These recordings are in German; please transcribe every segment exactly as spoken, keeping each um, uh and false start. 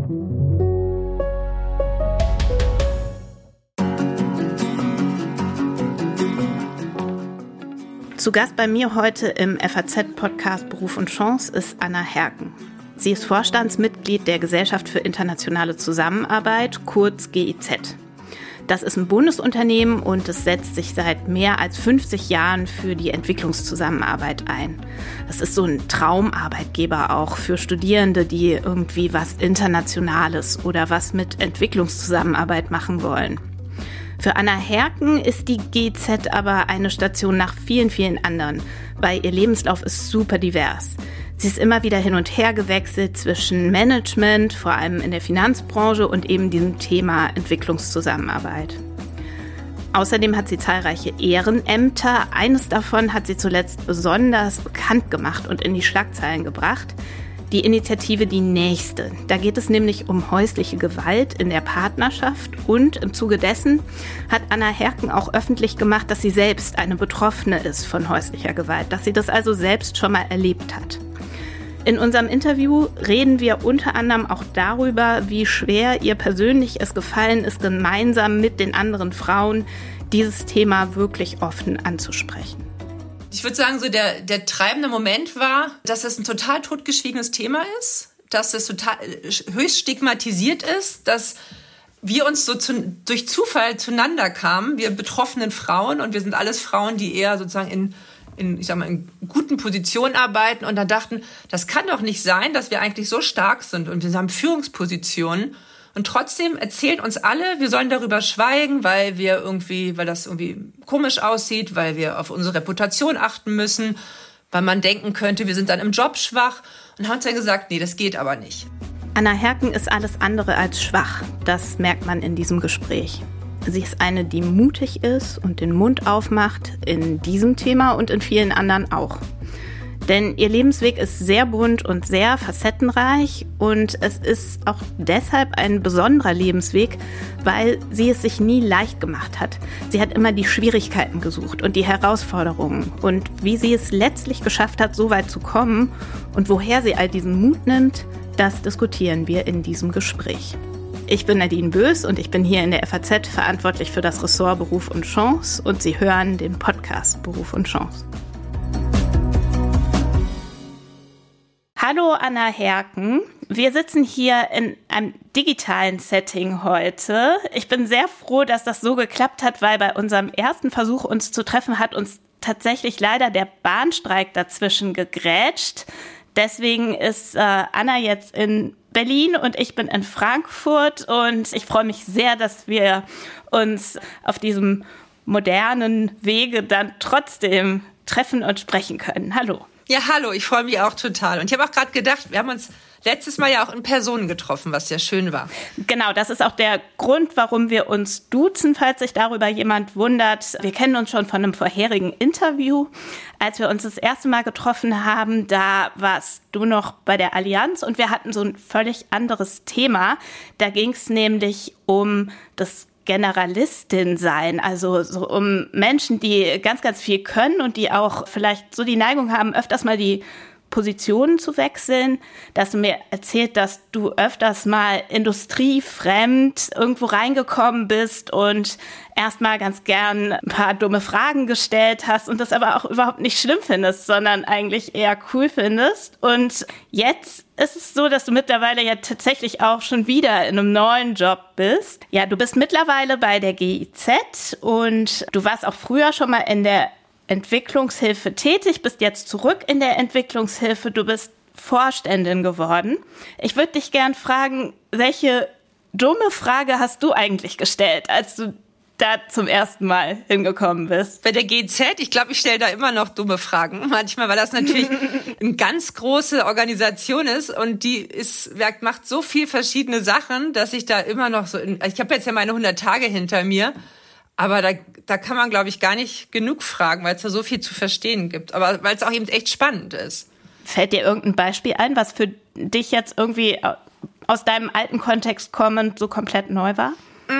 Zu Gast bei mir heute im F A Z-Podcast Beruf und Chance ist Anna Herken. Sie ist Vorstandsmitglied der Gesellschaft für internationale Zusammenarbeit, kurz G I Z. Das ist ein Bundesunternehmen und es setzt sich seit mehr als fünfzig Jahren für die Entwicklungszusammenarbeit ein. Das ist so ein Traumarbeitgeber auch für Studierende, die irgendwie was Internationales oder was mit Entwicklungszusammenarbeit machen wollen. Für Anna Herken ist die G I Z aber eine Station nach vielen, vielen anderen, weil ihr Lebenslauf ist super divers. Sie ist immer wieder hin und her gewechselt zwischen Management, vor allem in der Finanzbranche, und eben diesem Thema Entwicklungszusammenarbeit. Außerdem hat sie zahlreiche Ehrenämter. Eines davon hat sie zuletzt besonders bekannt gemacht und in die Schlagzeilen gebracht. Die Initiative Die Nächste. Da geht es nämlich um häusliche Gewalt in der Partnerschaft und im Zuge dessen hat Anna Herken auch öffentlich gemacht, dass sie selbst eine Betroffene ist von häuslicher Gewalt, dass sie das also selbst schon mal erlebt hat. In unserem Interview reden wir unter anderem auch darüber, wie schwer ihr persönlich es gefallen ist, gemeinsam mit den anderen Frauen dieses Thema wirklich offen anzusprechen. Ich würde sagen, so der, der treibende Moment war, dass es ein total totgeschwiegenes Thema ist, dass es total höchst stigmatisiert ist, dass wir uns so zu, durch Zufall zueinander kamen, wir betroffenen Frauen, und wir sind alles Frauen, die eher sozusagen in, in, ich sag mal, in guten Positionen arbeiten, und dann dachten, das kann doch nicht sein, dass wir eigentlich so stark sind und wir haben Führungspositionen. Und trotzdem erzählen uns alle, wir sollen darüber schweigen, weil wir irgendwie, weil das irgendwie komisch aussieht, weil wir auf unsere Reputation achten müssen, weil man denken könnte, wir sind dann im Job schwach. Und haben uns dann gesagt, nee, das geht aber nicht. Anna Herken ist alles andere als schwach. Das merkt man in diesem Gespräch. Sie ist eine, die mutig ist und den Mund aufmacht in diesem Thema und in vielen anderen auch. Denn ihr Lebensweg ist sehr bunt und sehr facettenreich, und es ist auch deshalb ein besonderer Lebensweg, weil sie es sich nie leicht gemacht hat. Sie hat immer die Schwierigkeiten gesucht und die Herausforderungen. Und wie sie es letztlich geschafft hat, so weit zu kommen und woher sie all diesen Mut nimmt, das diskutieren wir in diesem Gespräch. Ich bin Nadine Bös und ich bin hier in der F A Z verantwortlich für das Ressort Beruf und Chance, und Sie hören den Podcast Beruf und Chance. Hallo Anna Herken, wir sitzen hier in einem digitalen Setting heute. Ich bin sehr froh, dass das so geklappt hat, weil bei unserem ersten Versuch, uns zu treffen, hat uns tatsächlich leider der Bahnstreik dazwischen gegrätscht. Deswegen ist äh, Anna jetzt in Berlin und ich bin in Frankfurt, und ich freue mich sehr, dass wir uns auf diesem modernen Wege dann trotzdem treffen und sprechen können. Hallo. Ja, hallo, ich freue mich auch total. Und ich habe auch gerade gedacht, wir haben uns letztes Mal ja auch in Person getroffen, was ja schön war. Genau, das ist auch der Grund, warum wir uns duzen, falls sich darüber jemand wundert. Wir kennen uns schon von einem vorherigen Interview. Als wir uns das erste Mal getroffen haben, da warst du noch bei der Allianz und wir hatten so ein völlig anderes Thema. Da ging es nämlich um das Generalistin sein, also so um Menschen, die ganz, ganz viel können und die auch vielleicht so die Neigung haben, öfters mal die Positionen zu wechseln. Da hast du mir erzählt, dass du öfters mal industriefremd irgendwo reingekommen bist und erstmal ganz gern ein paar dumme Fragen gestellt hast und das aber auch überhaupt nicht schlimm findest, sondern eigentlich eher cool findest. Und jetzt ist es so, dass du mittlerweile ja tatsächlich auch schon wieder in einem neuen Job bist. Ja, du bist mittlerweile bei der G I Z und du warst auch früher schon mal in der Entwicklungshilfe tätig, bist jetzt zurück in der Entwicklungshilfe, du bist Vorständin geworden. Ich würde dich gern fragen, welche dumme Frage hast du eigentlich gestellt, als du da zum ersten Mal hingekommen bist? Bei der G Z, ich glaube, ich stelle da immer noch dumme Fragen. Manchmal, weil das natürlich eine ganz große Organisation ist und die ist, macht so viel verschiedene Sachen, dass ich da immer noch so, in, ich habe jetzt ja meine hundert Tage hinter mir, aber da, da kann man, glaube ich, gar nicht genug fragen, weil es da so viel zu verstehen gibt. Aber weil es auch eben echt spannend ist. Fällt dir irgendein Beispiel ein, was für dich jetzt irgendwie aus deinem alten Kontext kommend so komplett neu war?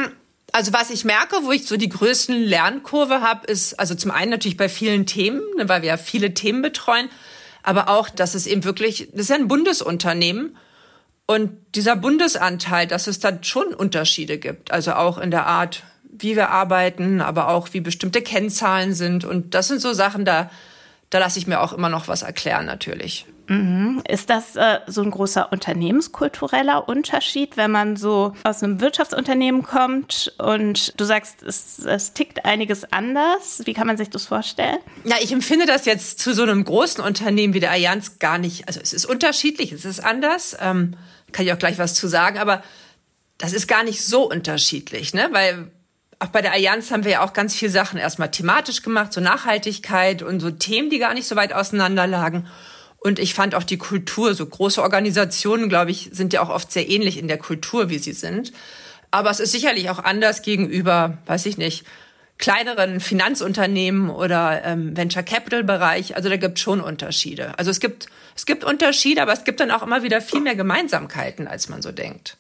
Also was ich merke, wo ich so die größten Lernkurve habe, ist also zum einen natürlich bei vielen Themen, weil wir ja viele Themen betreuen, aber auch, dass es eben wirklich, das ist ja ein Bundesunternehmen Und dieser Bundesanteil, dass es dann schon Unterschiede gibt, also auch in der Art, wie wir arbeiten, aber auch wie bestimmte Kennzahlen sind. Und das sind so Sachen, da, da lasse ich mir auch immer noch was erklären natürlich. Mhm. Ist das äh, so ein großer unternehmenskultureller Unterschied, wenn man so aus einem Wirtschaftsunternehmen kommt und du sagst, es, es tickt einiges anders? Wie kann man sich das vorstellen? Ja, ich empfinde das jetzt zu so einem großen Unternehmen wie der Allianz gar nicht. Also es ist unterschiedlich, es ist anders. Ähm, kann ich auch gleich was zu sagen, aber das ist gar nicht so unterschiedlich, ne? Weil auch bei der Allianz haben wir ja auch ganz viele Sachen erstmal thematisch gemacht, so Nachhaltigkeit und so Themen, die gar nicht so weit auseinander lagen. Und ich fand auch die Kultur, so große Organisationen, glaube ich, sind ja auch oft sehr ähnlich in der Kultur, wie sie sind. Aber es ist sicherlich auch anders gegenüber, weiß ich nicht, kleineren Finanzunternehmen oder ähm, Venture-Capital-Bereich. Also da gibt es schon Unterschiede. Also es gibt, es gibt Unterschiede, aber es gibt dann auch immer wieder viel mehr Gemeinsamkeiten, als man so denkt.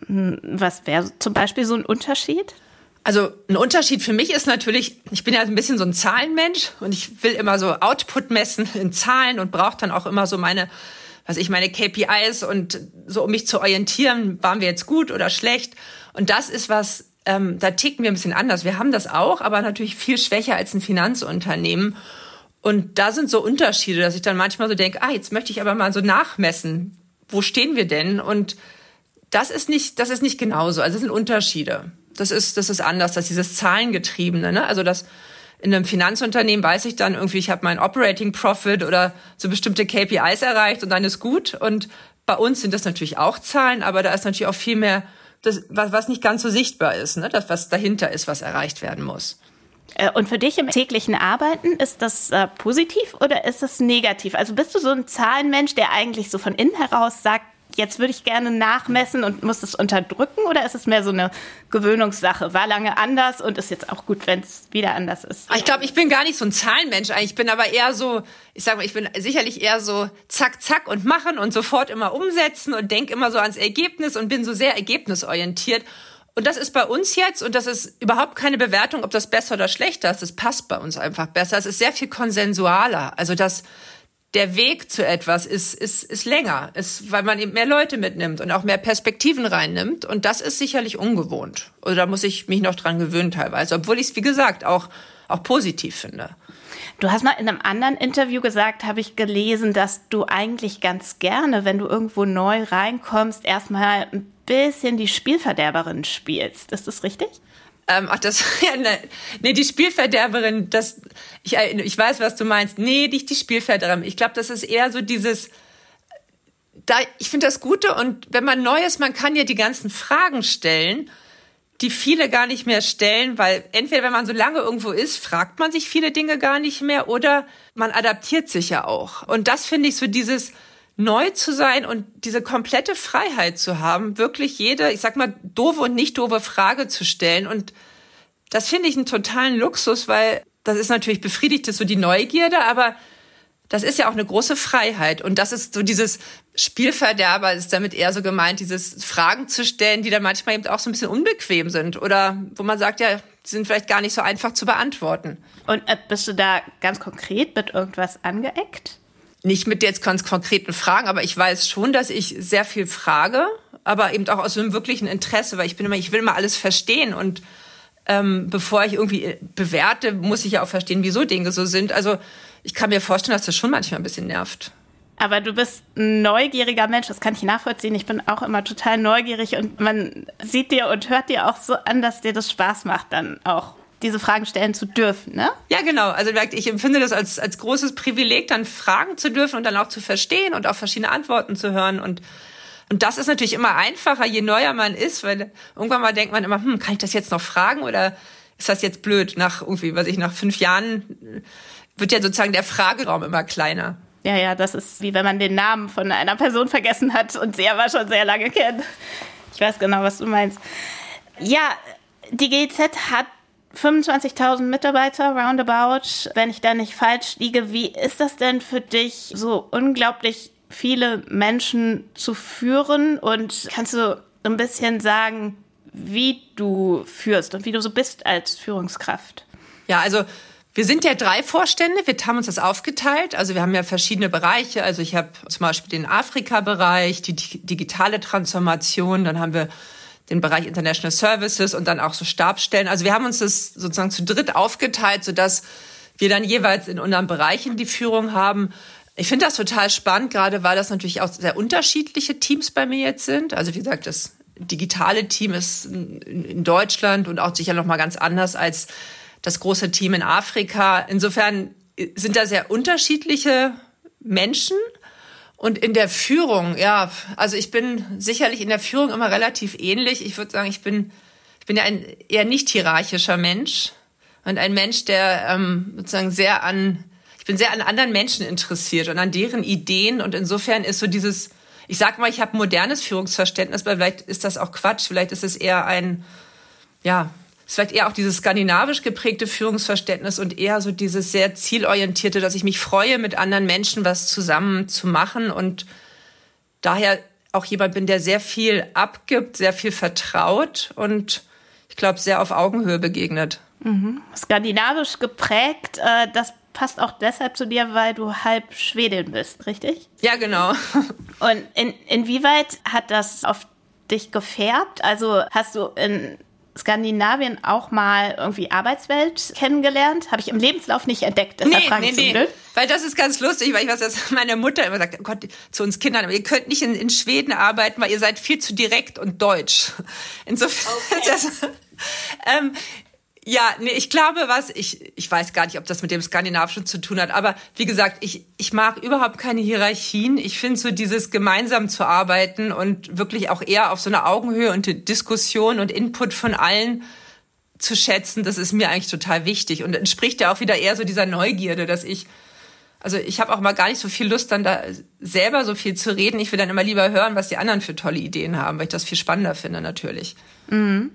Was wäre zum Beispiel so ein Unterschied? Also ein Unterschied für mich ist natürlich, ich bin ja ein bisschen so ein Zahlenmensch und ich will immer so Output messen in Zahlen und brauche dann auch immer so meine, was ich meine K P Is und so, um mich zu orientieren, waren wir jetzt gut oder schlecht. Und das ist was, ähm, da ticken wir ein bisschen anders. Wir haben das auch, aber natürlich viel schwächer als ein Finanzunternehmen. Und da sind so Unterschiede, dass ich dann manchmal so denke, ah, jetzt möchte ich aber mal so nachmessen, wo stehen wir denn? Und das ist nicht, das ist nicht genauso. Also es sind Unterschiede. Das ist, das ist anders, dass dieses Zahlengetriebene, ne? Also das in einem Finanzunternehmen weiß ich dann irgendwie, ich habe meinen Operating Profit oder so bestimmte K P Is erreicht und dann ist gut. Und bei uns sind das natürlich auch Zahlen, aber da ist natürlich auch viel mehr, das, was, was nicht ganz so sichtbar ist, ne? Das, was dahinter ist, was erreicht werden muss. Und für dich im täglichen Arbeiten, ist das äh, positiv oder ist das negativ? Also bist du so ein Zahlenmensch, der eigentlich so von innen heraus sagt, jetzt würde ich gerne nachmessen und muss es unterdrücken, oder ist es mehr so eine Gewöhnungssache? War lange anders und ist jetzt auch gut, wenn es wieder anders ist? Ich glaube, ich bin gar nicht so ein Zahlenmensch eigentlich. Ich bin aber eher so, ich sag mal, ich bin sicherlich eher so zack, zack und machen und sofort immer umsetzen und denke immer so ans Ergebnis und bin so sehr ergebnisorientiert. Und das ist bei uns jetzt, und das ist überhaupt keine Bewertung, ob das besser oder schlechter ist. Das passt bei uns einfach besser. Es ist sehr viel konsensualer. Also das Der Weg zu etwas ist, ist, ist länger, ist, weil man eben mehr Leute mitnimmt und auch mehr Perspektiven reinnimmt. Und das ist sicherlich ungewohnt. Oder da muss ich mich noch dran gewöhnen teilweise, obwohl ich es, wie gesagt, auch, auch positiv finde. Du hast mal in einem anderen Interview gesagt, habe ich gelesen, dass du eigentlich ganz gerne, wenn du irgendwo neu reinkommst, erstmal ein bisschen die Spielverderberin spielst. Ist das richtig? Ähm, ach, das, ja, ne, nee, die Spielverderberin, das, ich, ich weiß, was du meinst. Nee, nicht die Spielverderberin. Ich glaube, das ist eher so dieses, da, ich finde das Gute, und wenn man neu ist, man kann ja die ganzen Fragen stellen, die viele gar nicht mehr stellen, weil entweder, wenn man so lange irgendwo ist, fragt man sich viele Dinge gar nicht mehr, oder man adaptiert sich ja auch. Und das finde ich so dieses, neu zu sein und diese komplette Freiheit zu haben, wirklich jede, ich sag mal, doofe und nicht doofe Frage zu stellen. Und das finde ich einen totalen Luxus, weil das ist natürlich befriedigt, ist so die Neugierde, aber das ist ja auch eine große Freiheit. Und das ist so dieses Spielverderber, ist damit eher so gemeint, dieses Fragen zu stellen, die dann manchmal eben auch so ein bisschen unbequem sind oder wo man sagt, ja, die sind vielleicht gar nicht so einfach zu beantworten. Und äh, bist du da ganz konkret mit irgendwas angeeckt? Nicht mit jetzt ganz konkreten Fragen, aber ich weiß schon, dass ich sehr viel frage, aber eben auch aus so einem wirklichen Interesse, weil ich bin immer, ich will immer alles verstehen, und ähm, bevor ich irgendwie bewerte, muss ich ja auch verstehen, wieso Dinge so sind. Also ich kann mir vorstellen, dass das schon manchmal ein bisschen nervt. Aber du bist ein neugieriger Mensch, das kann ich nachvollziehen. Ich bin auch immer total neugierig und man sieht dir und hört dir auch so an, dass dir das Spaß macht, dann auch diese Fragen stellen zu dürfen, ne? Ja, genau. Also ich empfinde das als, als großes Privileg, dann fragen zu dürfen und dann auch zu verstehen und auch verschiedene Antworten zu hören. Und, und das ist natürlich immer einfacher, je neuer man ist, weil irgendwann mal denkt man immer, hm, kann ich das jetzt noch fragen oder ist das jetzt blöd? Nach irgendwie, weiß ich, nach fünf Jahren wird ja sozusagen der Frageraum immer kleiner. Ja, ja, das ist wie wenn man den Namen von einer Person vergessen hat und sie aber schon sehr lange kennt. Ich weiß genau, was du meinst. Ja, die G E Z hat fünfundzwanzigtausend Mitarbeiter, roundabout, wenn ich da nicht falsch liege. Wie ist das denn für dich, so unglaublich viele Menschen zu führen? Und kannst du ein bisschen sagen, wie du führst und wie du so bist als Führungskraft? Ja, also Wir sind ja drei Vorstände, wir haben uns das aufgeteilt. Also wir haben ja verschiedene Bereiche. Also ich habe zum Beispiel den Afrika-Bereich, die digitale Transformation, dann haben wir den Bereich International Services und dann auch so Stabsstellen. Also wir haben uns das sozusagen zu dritt aufgeteilt, sodass wir dann jeweils in unseren Bereichen die Führung haben. Ich finde das total spannend, gerade weil das natürlich auch sehr unterschiedliche Teams bei mir jetzt sind. Also wie gesagt, das digitale Team ist in Deutschland und auch sicher noch mal ganz anders als das große Team in Afrika. Insofern sind da sehr unterschiedliche Menschen. Und in der Führung, ja, also ich bin sicherlich in der Führung immer relativ ähnlich. Ich würde sagen, ich bin, ich bin ja ein eher nicht hierarchischer Mensch und ein Mensch, der ähm, sozusagen sehr an, ich bin sehr an anderen Menschen interessiert und an deren Ideen. Und insofern ist so dieses, ich sag mal, ich habe ein modernes Führungsverständnis, aber vielleicht ist das auch Quatsch. Vielleicht ist es eher ein, ja, ist vielleicht eher auch dieses skandinavisch geprägte Führungsverständnis und eher so dieses sehr zielorientierte, dass ich mich freue, mit anderen Menschen was zusammen zu machen und daher auch jemand bin, der sehr viel abgibt, sehr viel vertraut und ich glaube, sehr auf Augenhöhe begegnet. Mhm. Skandinavisch geprägt, äh, das passt auch deshalb zu dir, weil du halb Schwedin bist, richtig? Ja, genau. Und in, inwieweit hat das auf dich gefärbt? Also hast du in Skandinavien auch mal irgendwie Arbeitswelt kennengelernt? Habe ich im Lebenslauf nicht entdeckt. Deshalb nee, frage nee, ich so nee. blöd. Weil das ist ganz lustig, weil ich weiß, dass meine Mutter immer sagt, oh Gott, zu uns Kindern, aber ihr könnt nicht in, in Schweden arbeiten, weil ihr seid viel zu direkt und deutsch. Insofern, okay. das, ähm, ja, nee, ich glaube, was, ich, ich weiß gar nicht, ob das mit dem Skandinavischen zu tun hat, aber wie gesagt, ich, ich mag überhaupt keine Hierarchien. Ich finde so dieses gemeinsam zu arbeiten und wirklich auch eher auf so einer Augenhöhe und die Diskussion und Input von allen zu schätzen, das ist mir eigentlich total wichtig und entspricht ja auch wieder eher so dieser Neugierde, dass ich, also ich habe auch mal gar nicht so viel Lust, dann da selber so viel zu reden. Ich will dann immer lieber hören, was die anderen für tolle Ideen haben, weil ich das viel spannender finde natürlich. Mhm.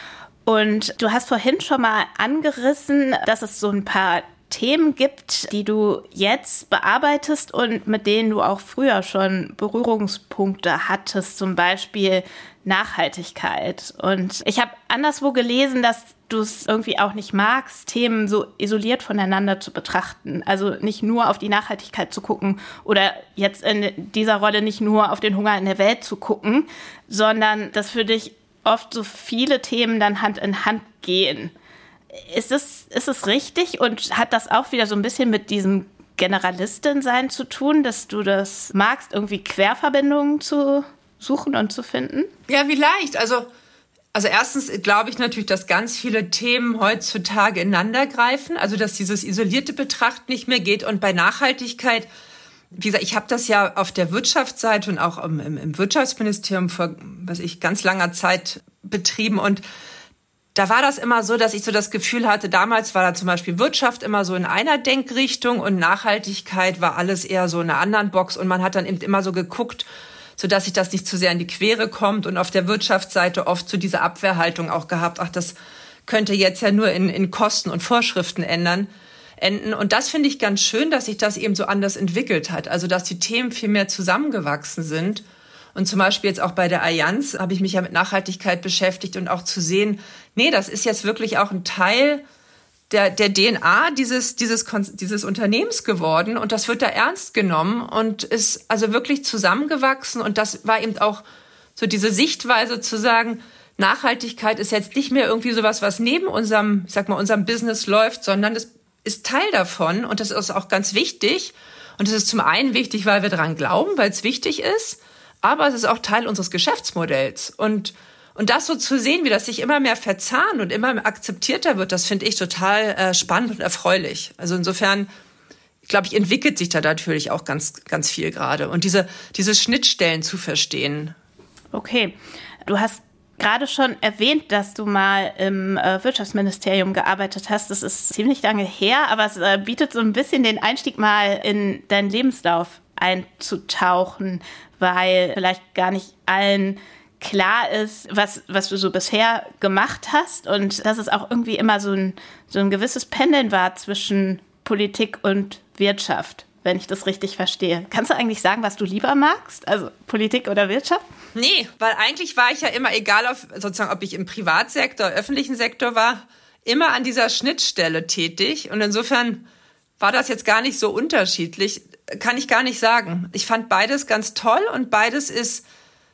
Und du hast vorhin schon mal angerissen, dass es so ein paar Themen gibt, die du jetzt bearbeitest und mit denen du auch früher schon Berührungspunkte hattest, zum Beispiel Nachhaltigkeit. Und ich habe anderswo gelesen, dass du es irgendwie auch nicht magst, Themen so isoliert voneinander zu betrachten. Also nicht nur auf die Nachhaltigkeit zu gucken oder jetzt in dieser Rolle nicht nur auf den Hunger in der Welt zu gucken, sondern dass für dich oft so viele Themen dann Hand in Hand gehen. Ist es, ist es richtig und hat das auch wieder so ein bisschen mit diesem Generalistin-Sein zu tun, dass du das magst, irgendwie Querverbindungen zu suchen und zu finden? Ja, vielleicht. Also, also erstens glaube ich natürlich, dass ganz viele Themen heutzutage ineinander greifen, also dass dieses isolierte Betrachten nicht mehr geht und bei Nachhaltigkeit, wie gesagt, ich habe das ja auf der Wirtschaftsseite und auch im, im Wirtschaftsministerium vor, was ich, ganz langer Zeit betrieben und da war das immer so, dass ich so das Gefühl hatte, damals war da zum Beispiel Wirtschaft immer so in einer Denkrichtung und Nachhaltigkeit war alles eher so in einer anderen Box und man hat dann eben immer so geguckt, sodass sich das nicht zu sehr in die Quere kommt und auf der Wirtschaftsseite oft so diese Abwehrhaltung auch gehabt, ach, das könnte jetzt ja nur in, in Kosten und Vorschriften ändern. enden. Und das finde ich ganz schön, dass sich das eben so anders entwickelt hat. Also, dass die Themen viel mehr zusammengewachsen sind. Und zum Beispiel jetzt auch bei der Allianz habe ich mich ja mit Nachhaltigkeit beschäftigt und auch zu sehen, nee, das ist jetzt wirklich auch ein Teil der, der D N A dieses, dieses, dieses Unternehmens geworden. Und das wird da ernst genommen und ist also wirklich zusammengewachsen. Und das war eben auch so diese Sichtweise zu sagen, Nachhaltigkeit ist jetzt nicht mehr irgendwie sowas, was neben unserem, ich sag mal, unserem Business läuft, sondern es ist Teil davon. Und das ist auch ganz wichtig. Und es ist zum einen wichtig, weil wir daran glauben, weil es wichtig ist. Aber es ist auch Teil unseres Geschäftsmodells. Und, und das so zu sehen, wie das sich immer mehr verzahnt und immer mehr akzeptierter wird, das finde ich total äh, spannend und erfreulich. Also insofern, glaube ich, entwickelt sich da natürlich auch ganz, ganz viel gerade. Und diese, diese Schnittstellen zu verstehen. Okay. Du hast gerade schon erwähnt, dass du mal im äh, Wirtschaftsministerium gearbeitet hast. Das ist ziemlich lange her, aber es äh, bietet so ein bisschen den Einstieg mal in deinen Lebenslauf einzutauchen, weil vielleicht gar nicht allen klar ist, was, was du so bisher gemacht hast und dass es auch irgendwie immer so ein, so ein gewisses Pendeln war zwischen Politik und Wirtschaft, wenn ich das richtig verstehe. Kannst du eigentlich sagen, was du lieber magst? Also Politik oder Wirtschaft? Nee, weil eigentlich war ich ja immer, egal auf, sozusagen, ob ich im Privatsektor, öffentlichen Sektor war, immer an dieser Schnittstelle tätig. Und insofern war das jetzt gar nicht so unterschiedlich. Kann ich gar nicht sagen. Ich fand beides ganz toll und beides ist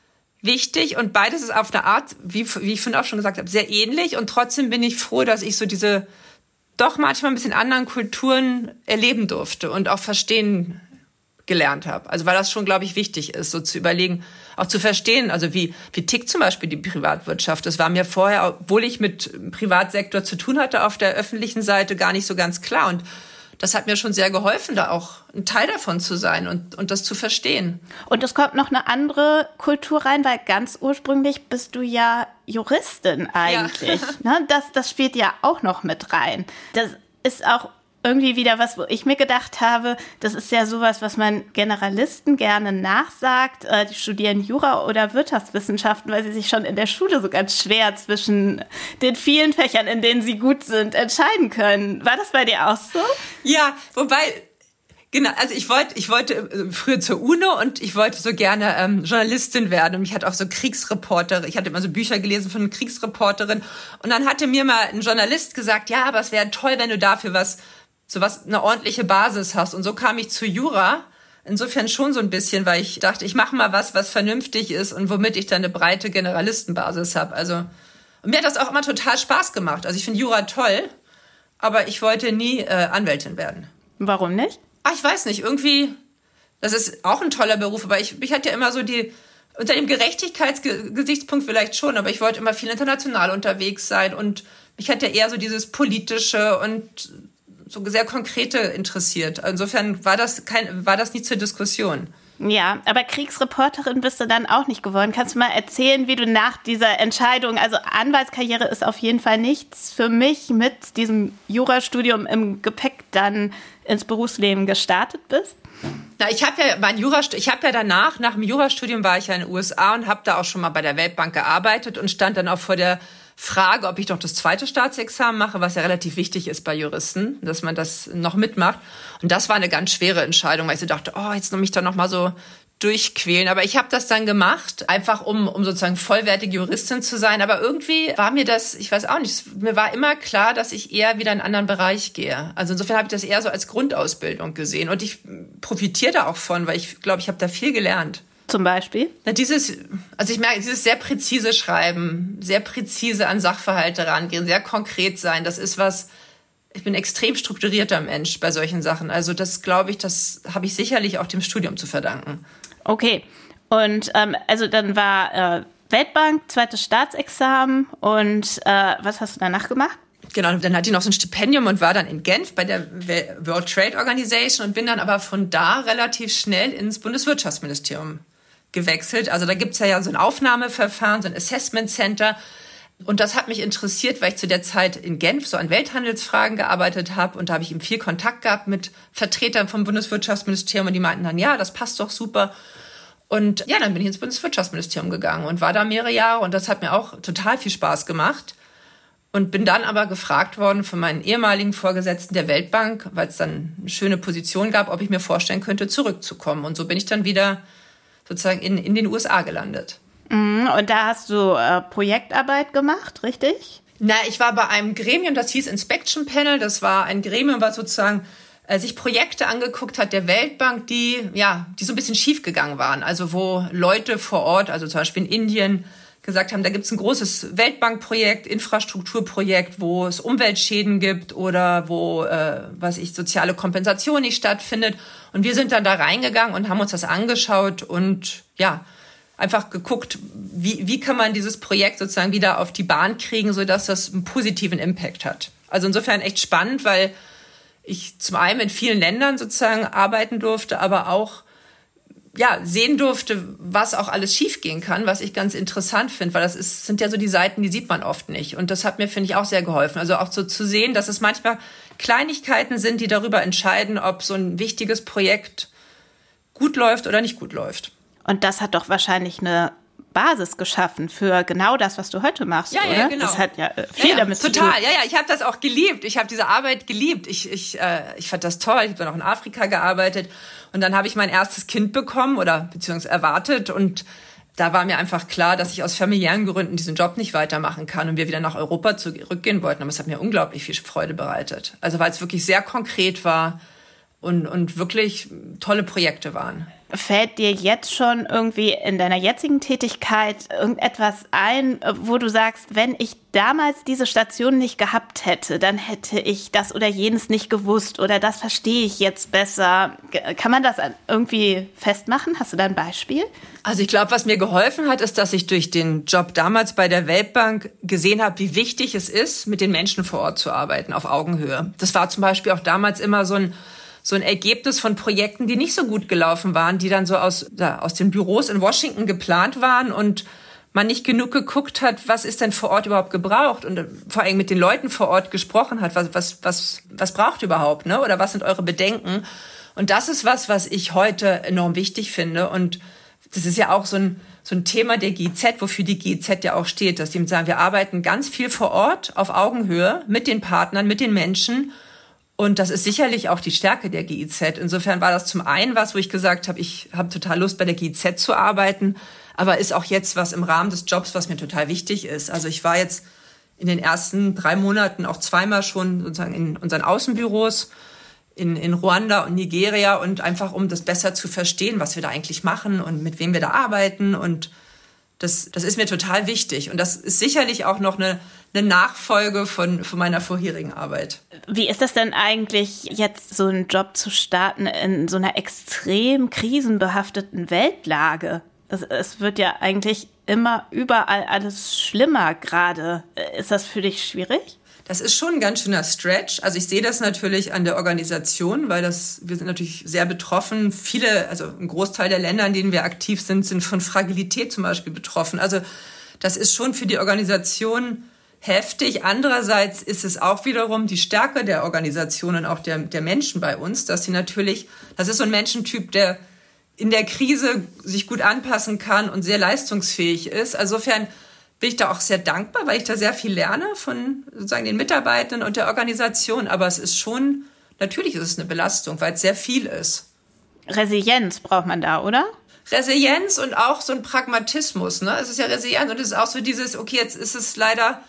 wichtig und beides ist auf eine Art, wie, wie ich vorhin auch schon gesagt habe, sehr ähnlich. Und trotzdem bin ich froh, dass ich so diese doch manchmal ein bisschen anderen Kulturen erleben durfte und auch verstehen gelernt habe. Also weil das schon, glaube ich, wichtig ist, so zu überlegen, auch zu verstehen, also wie, wie tickt zum Beispiel die Privatwirtschaft. Das war mir vorher, obwohl ich mit dem Privatsektor zu tun hatte, auf der öffentlichen Seite gar nicht so ganz klar. Und das hat mir schon sehr geholfen, da auch ein Teil davon zu sein und, und das zu verstehen. Und es kommt noch eine andere Kultur rein, weil ganz ursprünglich bist du ja Juristin eigentlich. Ja. Ne? Das, das spielt ja auch noch mit rein. Das ist auch irgendwie wieder was, wo ich mir gedacht habe, das ist ja sowas, was man Generalisten gerne nachsagt. Äh, die studieren Jura oder Wirtschaftswissenschaften, weil sie sich schon in der Schule so ganz schwer zwischen den vielen Fächern, in denen sie gut sind, entscheiden können. War das bei dir auch so? Ja, wobei, genau, also ich wollte ich wollte früher zur UNO und ich wollte so gerne ähm, Journalistin werden. Und mich hat auch so Kriegsreporterin, ich hatte immer so Bücher gelesen von einer Kriegsreporterin. Und dann hatte mir mal ein Journalist gesagt, ja, aber es wäre toll, wenn du dafür was so was, eine ordentliche Basis hast. Und so kam ich zu Jura. Insofern schon so ein bisschen, weil ich dachte, ich mache mal was, was vernünftig ist und womit ich dann eine breite Generalistenbasis habe. Also, und mir hat das auch immer total Spaß gemacht. Also ich finde Jura toll, aber ich wollte nie äh, Anwältin werden. Warum nicht? Ach, ich weiß nicht. Irgendwie, das ist auch ein toller Beruf, aber ich, ich hatte ja immer so die, unter dem Gerechtigkeitsgesichtspunkt vielleicht schon, aber ich wollte immer viel international unterwegs sein und mich hat ja eher so dieses Politische und so sehr Konkrete interessiert. Insofern war das kein, war das nie zur Diskussion. Ja, aber Kriegsreporterin bist du dann auch nicht geworden. Kannst du mal erzählen, wie du nach dieser Entscheidung, also Anwaltskarriere ist auf jeden Fall nichts für mich, mit diesem Jurastudium im Gepäck dann ins Berufsleben gestartet bist? Na, ich habe ja mein Jura, ich habe ja danach, nach dem Jurastudium war ich ja in den U S A und habe da auch schon mal bei der Weltbank gearbeitet und stand dann auch vor der Frage, ob ich doch das zweite Staatsexamen mache, was ja relativ wichtig ist bei Juristen, dass man das noch mitmacht. Und das war eine ganz schwere Entscheidung, weil ich so dachte, oh, jetzt noch mich da noch mal so durchquälen. Aber ich habe das dann gemacht, einfach um, um sozusagen vollwertige Juristin zu sein. Aber irgendwie war mir das, ich weiß auch nicht, mir war immer klar, dass ich eher wieder in einen anderen Bereich gehe. Also insofern habe ich das eher so als Grundausbildung gesehen. Und ich profitiere da auch von, weil ich glaube, ich habe da viel gelernt. Zum Beispiel? Na, dieses, also ich merke, dieses sehr präzise Schreiben, sehr präzise an Sachverhalte rangehen, sehr konkret sein, das ist was, ich bin ein extrem strukturierter Mensch bei solchen Sachen. Also das, glaube ich, das habe ich sicherlich auch dem Studium zu verdanken. Okay, und ähm, also dann war äh, Weltbank, zweites Staatsexamen und äh, was hast du danach gemacht? Genau, dann hatte ich noch so ein Stipendium und war dann in Genf bei der World Trade Organization und bin dann aber von da relativ schnell ins Bundeswirtschaftsministerium gewechselt. Also da gibt's ja, ja so ein Aufnahmeverfahren, so ein Assessment Center. Und das hat mich interessiert, weil ich zu der Zeit in Genf so an Welthandelsfragen gearbeitet habe. Und da habe ich eben viel Kontakt gehabt mit Vertretern vom Bundeswirtschaftsministerium. Und die meinten dann, ja, das passt doch super. Und ja, dann bin ich ins Bundeswirtschaftsministerium gegangen und war da mehrere Jahre. Und das hat mir auch total viel Spaß gemacht. Und bin dann aber gefragt worden von meinen ehemaligen Vorgesetzten der Weltbank, weil es dann eine schöne Position gab, ob ich mir vorstellen könnte, zurückzukommen. Und so bin ich dann wieder sozusagen in, in den U S A gelandet. Und da hast du äh, Projektarbeit gemacht, richtig? Na, ich war bei einem Gremium, das hieß Inspection Panel. Das war ein Gremium, was sozusagen äh, sich Projekte angeguckt hat der Weltbank, die ja, die so ein bisschen schief gegangen waren. Also wo Leute vor Ort, also zum Beispiel in Indien, gesagt haben, da gibt es ein großes Weltbankprojekt, Infrastrukturprojekt, wo es Umweltschäden gibt oder wo, äh, was ich, soziale Kompensation nicht stattfindet. Und wir sind dann da reingegangen und haben uns das angeschaut und ja, einfach geguckt, wie, wie kann man dieses Projekt sozusagen wieder auf die Bahn kriegen, sodass das einen positiven Impact hat. Also insofern echt spannend, weil ich zum einen in vielen Ländern sozusagen arbeiten durfte, aber auch ja, sehen durfte, was auch alles schiefgehen kann, was ich ganz interessant finde, weil das ist, sind ja so die Seiten, die sieht man oft nicht. Und das hat mir, finde ich, auch sehr geholfen. Also auch so zu sehen, dass es manchmal Kleinigkeiten sind, die darüber entscheiden, ob so ein wichtiges Projekt gut läuft oder nicht gut läuft. Und das hat doch wahrscheinlich eine Basis geschaffen für genau das, was du heute machst, ja, oder? Ja, genau. Das hat ja viel ja, ja, damit total. zu tun. Total, ja, ja. Ich habe das auch geliebt. Ich habe diese Arbeit geliebt. Ich, ich, äh, ich fand das toll. Ich habe dann auch in Afrika gearbeitet. Und dann habe ich mein erstes Kind bekommen oder beziehungsweise erwartet. Und da war mir einfach klar, dass ich aus familiären Gründen diesen Job nicht weitermachen kann und wir wieder nach Europa zurückgehen wollten. Aber es hat mir unglaublich viel Freude bereitet. Also weil es wirklich sehr konkret war und, und wirklich tolle Projekte waren. Fällt dir jetzt schon irgendwie in deiner jetzigen Tätigkeit irgendetwas ein, wo du sagst, wenn ich damals diese Station nicht gehabt hätte, dann hätte ich das oder jenes nicht gewusst oder das verstehe ich jetzt besser. Kann man das irgendwie festmachen? Hast du da ein Beispiel? Also ich glaube, was mir geholfen hat, ist, dass ich durch den Job damals bei der Weltbank gesehen habe, wie wichtig es ist, mit den Menschen vor Ort zu arbeiten, auf Augenhöhe. Das war zum Beispiel auch damals immer so ein so ein Ergebnis von Projekten, die nicht so gut gelaufen waren, die dann so aus, ja, aus den Büros in Washington geplant waren und man nicht genug geguckt hat, was ist denn vor Ort überhaupt gebraucht und vor allem mit den Leuten vor Ort gesprochen hat, was, was, was, was braucht überhaupt, ne? Oder was sind eure Bedenken? Und das ist was, was ich heute enorm wichtig finde und das ist ja auch so ein, so ein Thema der G I Z, wofür die G I Z ja auch steht, dass die sagen, wir arbeiten ganz viel vor Ort auf Augenhöhe mit den Partnern, mit den Menschen. Und das ist sicherlich auch die Stärke der G I Z. Insofern war das zum einen was, wo ich gesagt habe, ich habe total Lust, bei der G I Z zu arbeiten, aber ist auch jetzt was im Rahmen des Jobs, was mir total wichtig ist. Also ich war jetzt in den ersten drei Monaten auch zweimal schon sozusagen in unseren Außenbüros in, in Ruanda und Nigeria und einfach, um das besser zu verstehen, was wir da eigentlich machen und mit wem wir da arbeiten. Und das, das ist mir total wichtig. Und das ist sicherlich auch noch eine eine Nachfolge von, von meiner vorherigen Arbeit. Wie ist das denn eigentlich, jetzt so einen Job zu starten in so einer extrem krisenbehafteten Weltlage? Es, es wird ja eigentlich immer überall alles schlimmer gerade. Ist das für dich schwierig? Das ist schon ein ganz schöner Stretch. Also ich sehe das natürlich an der Organisation, weil das, wir sind natürlich sehr betroffen. Viele, also ein Großteil der Länder, in denen wir aktiv sind, sind von Fragilität zum Beispiel betroffen. Also das ist schon für die Organisation heftig. Andererseits ist es auch wiederum die Stärke der Organisation und auch der, der Menschen bei uns, dass sie natürlich, das ist so ein Menschentyp, der in der Krise sich gut anpassen kann und sehr leistungsfähig ist. Also insofern bin ich da auch sehr dankbar, weil ich da sehr viel lerne von sozusagen den Mitarbeitenden und der Organisation. Aber es ist schon, natürlich ist es eine Belastung, weil es sehr viel ist. Resilienz braucht man da, oder? Resilienz und auch so ein Pragmatismus, ne? Es ist ja Resilienz und es ist auch so dieses, okay, jetzt ist es leider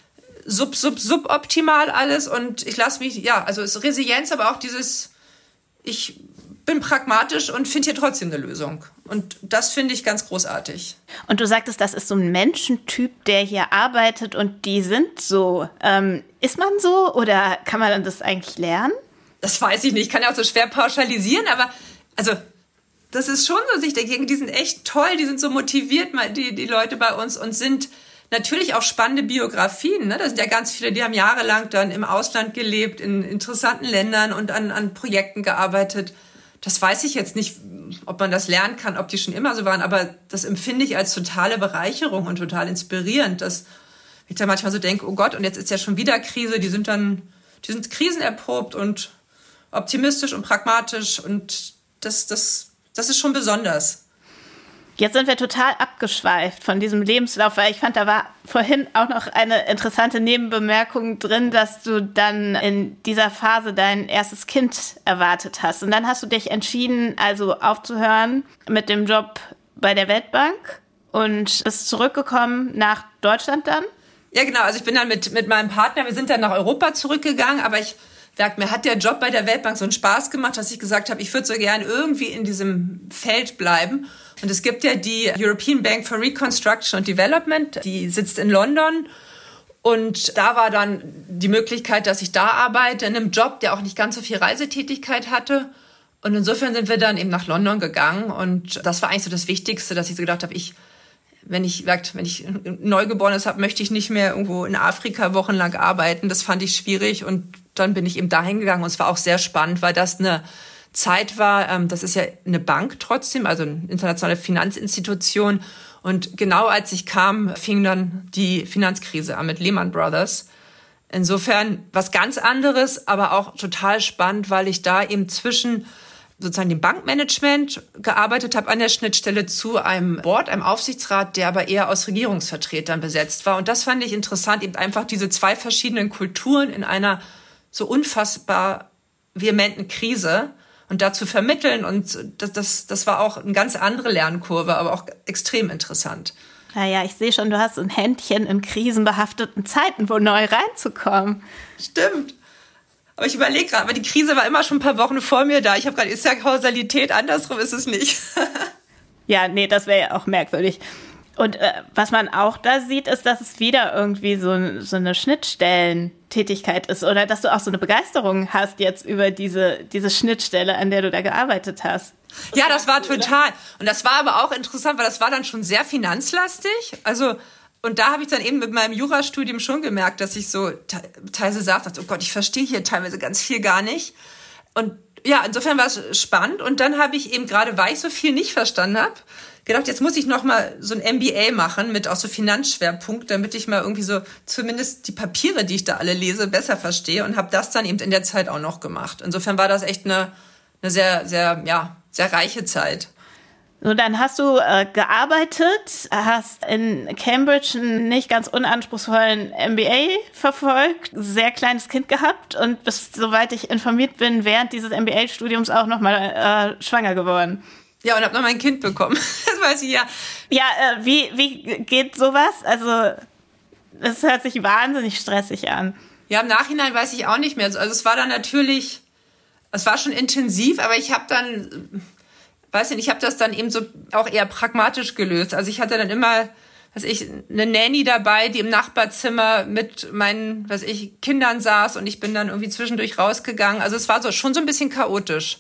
sub, sub, suboptimal alles und ich lasse mich, ja, also es ist Resilienz, aber auch dieses, ich bin pragmatisch und finde hier trotzdem eine Lösung. Und das finde ich ganz großartig. Und du sagtest, das ist so ein Menschentyp, der hier arbeitet und die sind so. Ähm, ist man so oder kann man das eigentlich lernen? Das weiß ich nicht, ich kann ja auch so schwer pauschalisieren, aber also das ist schon so, ich denke, die sind echt toll, die sind so motiviert, die, die Leute bei uns und sind natürlich auch spannende Biografien. Ne? Da sind ja ganz viele, die haben jahrelang dann im Ausland gelebt, in interessanten Ländern und an, an Projekten gearbeitet. Das weiß ich jetzt nicht, ob man das lernen kann, ob die schon immer so waren, aber das empfinde ich als totale Bereicherung und total inspirierend, dass ich da manchmal so denke, oh Gott, und jetzt ist ja schon wieder Krise, die sind dann, die sind krisenerprobt und optimistisch und pragmatisch und das, das, das ist schon besonders. Jetzt sind wir total abgeschweift von diesem Lebenslauf, weil ich fand, da war vorhin auch noch eine interessante Nebenbemerkung drin, dass du dann in dieser Phase dein erstes Kind erwartet hast. Und dann hast du dich entschieden, also aufzuhören mit dem Job bei der Weltbank und bist zurückgekommen nach Deutschland dann? Ja, genau. Also ich bin dann mit, mit meinem Partner, wir sind dann nach Europa zurückgegangen, aber ich mir hat der Job bei der Weltbank so einen Spaß gemacht, dass ich gesagt habe, ich würde so gerne irgendwie in diesem Feld bleiben. Und es gibt ja die European Bank for Reconstruction and Development, die sitzt in London. Und da war dann die Möglichkeit, dass ich da arbeite, in einem Job, der auch nicht ganz so viel Reisetätigkeit hatte. Und insofern sind wir dann eben nach London gegangen. Und das war eigentlich so das Wichtigste, dass ich so gedacht habe, ich, wenn ich, wenn ich ein Neugeborenes habe, möchte ich nicht mehr irgendwo in Afrika wochenlang arbeiten. Das fand ich schwierig. Und dann bin ich eben dahin gegangen. Und es war auch sehr spannend, weil das eine Zeit war, das ist ja eine Bank trotzdem, also eine internationale Finanzinstitution. Und genau als ich kam, fing dann die Finanzkrise an mit Lehman Brothers. Insofern was ganz anderes, aber auch total spannend, weil ich da eben zwischen sozusagen dem Bankmanagement gearbeitet habe, an der Schnittstelle zu einem Board, einem Aufsichtsrat, der aber eher aus Regierungsvertretern besetzt war. Und das fand ich interessant, eben einfach diese zwei verschiedenen Kulturen in einer so unfassbar vehementen Krise. und da zu vermitteln. Und das, das, das war auch eine ganz andere Lernkurve, aber auch extrem interessant. Naja, ich sehe schon, du hast ein Händchen in krisenbehafteten Zeiten, wo neu reinzukommen. Stimmt. Aber ich überlege gerade, aber die Krise war immer schon ein paar Wochen vor mir da. Ich habe gerade, ist ja Kausalität, andersrum ist es nicht. Ja, nee, das wäre ja auch merkwürdig. Und äh, was man auch da sieht, ist, dass es wieder irgendwie so, so eine Schnittstellentätigkeit ist oder dass du auch so eine Begeisterung hast jetzt über diese, diese Schnittstelle, an der du da gearbeitet hast. Ja, das war total. Und das war aber auch interessant, weil das war dann schon sehr finanzlastig. Also, und da habe ich dann eben mit meinem Jurastudium schon gemerkt, dass ich so te- teilweise sagte, oh Gott, ich verstehe hier teilweise ganz viel gar nicht. Und ja, insofern war es spannend. Und dann habe ich eben gerade, weil ich so viel nicht verstanden habe, gedacht, jetzt muss ich noch mal so ein M B A machen mit auch so Finanzschwerpunkt, damit ich mal irgendwie so zumindest die Papiere, die ich da alle lese, besser verstehe, und habe das dann eben in der Zeit auch noch gemacht. Insofern war das echt eine, eine sehr, sehr, ja, sehr reiche Zeit. So, dann hast du äh, gearbeitet, hast in Cambridge einen nicht ganz unanspruchsvollen M B A verfolgt, sehr kleines Kind gehabt und bist, soweit ich informiert bin, während dieses M B A-Studiums auch noch mal äh, schwanger geworden. Ja, und habe noch mein Kind bekommen. Das weiß ich ja. Ja, äh, wie, wie geht sowas? Also, es hört sich wahnsinnig stressig an. Ja, im Nachhinein weiß ich auch nicht mehr. Also, es war dann natürlich, es war schon intensiv, aber ich habe dann, weiß nicht, ich habe das dann eben so auch eher pragmatisch gelöst. Also, ich hatte dann immer, weiß ich, eine Nanny dabei, die im Nachbarzimmer mit meinen, weiß ich, Kindern saß, und ich bin dann irgendwie zwischendurch rausgegangen. Also, es war so schon so ein bisschen chaotisch.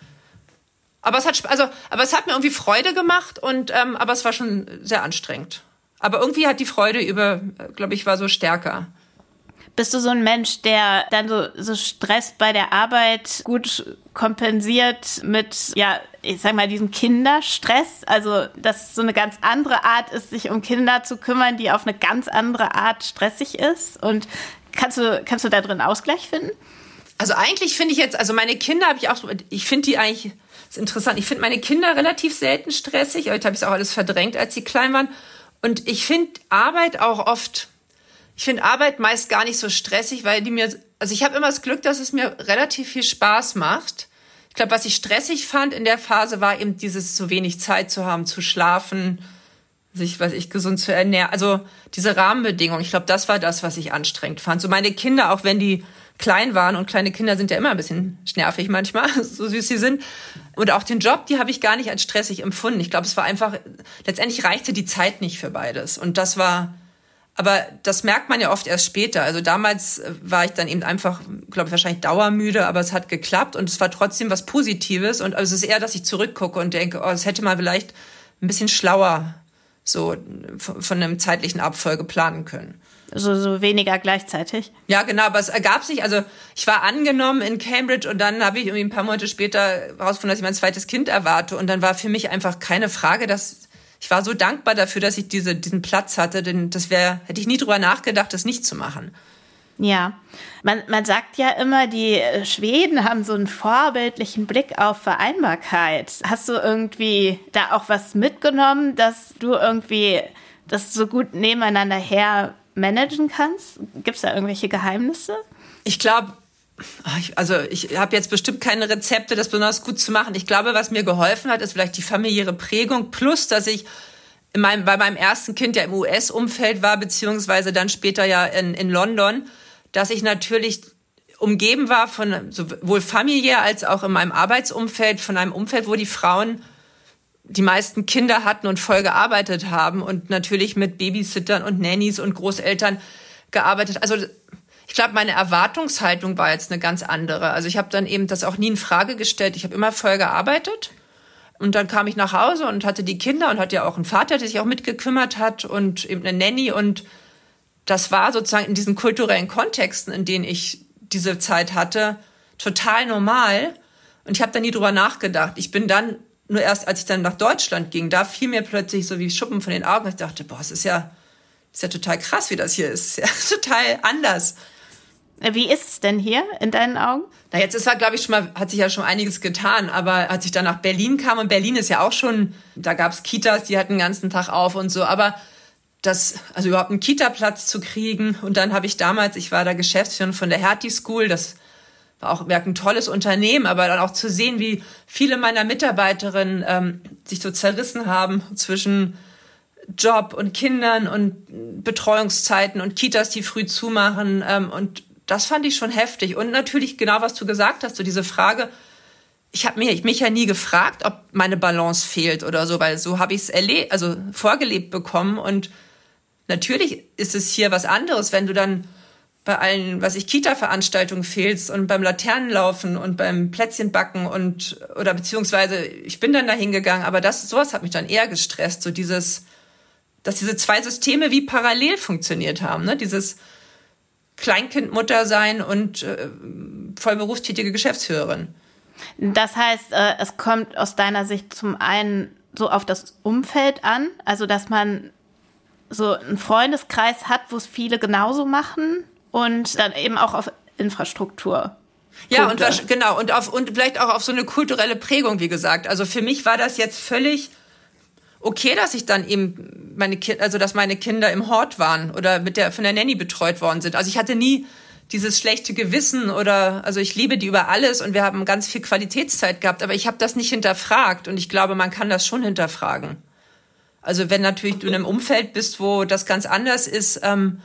Aber es hat, also, aber es hat mir irgendwie Freude gemacht, und ähm, aber es war schon sehr anstrengend. Aber irgendwie hat die Freude über, glaube ich, war so stärker. Bist du so ein Mensch, der dann so, so Stress bei der Arbeit gut kompensiert mit, ja, ich sag mal, diesem Kinderstress? Also, dass so eine ganz andere Art ist, sich um Kinder zu kümmern, die auf eine ganz andere Art stressig ist? Und kannst du, kannst du da drin Ausgleich finden? Also eigentlich finde ich jetzt, also meine Kinder habe ich auch, ich finde die eigentlich, das ist interessant, ich finde meine Kinder relativ selten stressig, heute habe ich es auch alles verdrängt, als sie klein waren. Und ich finde Arbeit auch oft, ich finde Arbeit meist gar nicht so stressig, weil die mir, also ich habe immer das Glück, dass es mir relativ viel Spaß macht. Ich glaube, was ich stressig fand in der Phase, war eben dieses so wenig Zeit zu haben, zu schlafen, sich, weiß ich, gesund zu ernähren. Also diese Rahmenbedingungen, ich glaube, das war das, was ich anstrengend fand. So meine Kinder, auch wenn die klein waren, und kleine Kinder sind ja immer ein bisschen nervig manchmal, so süß sie sind. Und auch den Job, die habe ich gar nicht als stressig empfunden. Ich glaube, es war einfach, letztendlich reichte die Zeit nicht für beides. Und das war, aber das merkt man ja oft erst später. Also damals war ich dann eben einfach, glaube ich, wahrscheinlich dauermüde, aber es hat geklappt, und es war trotzdem was Positives. Und also es ist eher, dass ich zurückgucke und denke, oh, das hätte man vielleicht ein bisschen schlauer so von einem zeitlichen Abfolge planen können. So, so weniger gleichzeitig? Ja, genau, aber es ergab sich, also ich war angenommen in Cambridge, und dann habe ich irgendwie ein paar Monate später herausgefunden, dass ich mein zweites Kind erwarte, und dann war für mich einfach keine Frage, dass ich war so dankbar dafür, dass ich diese, diesen Platz hatte, denn das wäre, hätte ich nie drüber nachgedacht, das nicht zu machen. Ja, man, man sagt ja immer, die Schweden haben so einen vorbildlichen Blick auf Vereinbarkeit. Hast du irgendwie da auch was mitgenommen, dass du irgendwie das so gut nebeneinander her managen kannst? Gibt es da irgendwelche Geheimnisse? Ich glaube, also ich habe jetzt bestimmt keine Rezepte, das besonders gut zu machen. Ich glaube, was mir geholfen hat, ist vielleicht die familiäre Prägung, plus, dass ich in meinem, bei meinem ersten Kind ja im U S-Umfeld war, beziehungsweise dann später ja in, in London, dass ich natürlich umgeben war von sowohl familiär als auch in meinem Arbeitsumfeld, von einem Umfeld, wo die Frauen die meisten Kinder hatten und voll gearbeitet haben und natürlich mit Babysittern und Nannies und Großeltern gearbeitet. Also ich glaube, meine Erwartungshaltung war jetzt eine ganz andere. Also ich habe dann eben das auch nie in Frage gestellt. Ich habe immer voll gearbeitet, und dann kam ich nach Hause und hatte die Kinder und hatte ja auch einen Vater, der sich auch mitgekümmert hat, und eben eine Nanny, und das war sozusagen in diesen kulturellen Kontexten, in denen ich diese Zeit hatte, total normal, und ich habe da nie drüber nachgedacht. Ich bin dann nur erst, als ich dann nach Deutschland ging, da fiel mir plötzlich so wie Schuppen von den Augen. Ich dachte, boah, es ist ja, ist ja total krass, wie das hier ist. Es ist ja total anders. Wie ist es denn hier in deinen Augen? Na, jetzt ist halt, glaube ich, schon mal, hat sich ja schon einiges getan. Aber als ich dann nach Berlin kam, und Berlin ist ja auch schon, da gab es Kitas, die hatten den ganzen Tag auf und so. Aber das, also überhaupt einen Kita-Platz zu kriegen. Und dann habe ich damals, ich war da Geschäftsführerin von der Hertie School, das war auch ein tolles Unternehmen, aber dann auch zu sehen, wie viele meiner Mitarbeiterinnen ähm, sich so zerrissen haben zwischen Job und Kindern und Betreuungszeiten und Kitas, die früh zumachen. Ähm, und das fand ich schon heftig. Und natürlich genau, was du gesagt hast, so diese Frage, ich habe mich, mich ja nie gefragt, ob meine Balance fehlt oder so, weil so habe ich es erlebt, also vorgelebt bekommen. Und natürlich ist es hier was anderes, wenn du dann bei allen, was ich, Kita-Veranstaltungen fehlst und beim Laternenlaufen und beim Plätzchenbacken und, oder beziehungsweise ich bin dann da hingegangen, aber das, sowas hat mich dann eher gestresst, so dieses, dass diese zwei Systeme wie parallel funktioniert haben, ne? Dieses Kleinkindmutter sein und äh, voll berufstätige Geschäftsführerin. Das heißt, äh, es kommt aus deiner Sicht zum einen so auf das Umfeld an, also dass man so einen Freundeskreis hat, wo es viele genauso machen und dann eben auch auf Infrastruktur. Ja, und was, genau, und auf und vielleicht auch auf so eine kulturelle Prägung, wie gesagt. Also für mich war das jetzt völlig okay, dass ich dann eben meine Kinder, also dass meine Kinder im Hort waren oder mit der von der Nanny betreut worden sind. Also ich hatte nie dieses schlechte Gewissen oder, also ich liebe die über alles und wir haben ganz viel Qualitätszeit gehabt, aber ich habe das nicht hinterfragt und ich glaube, man kann das schon hinterfragen. Also wenn natürlich du in einem Umfeld bist, wo das ganz anders ist, ähm,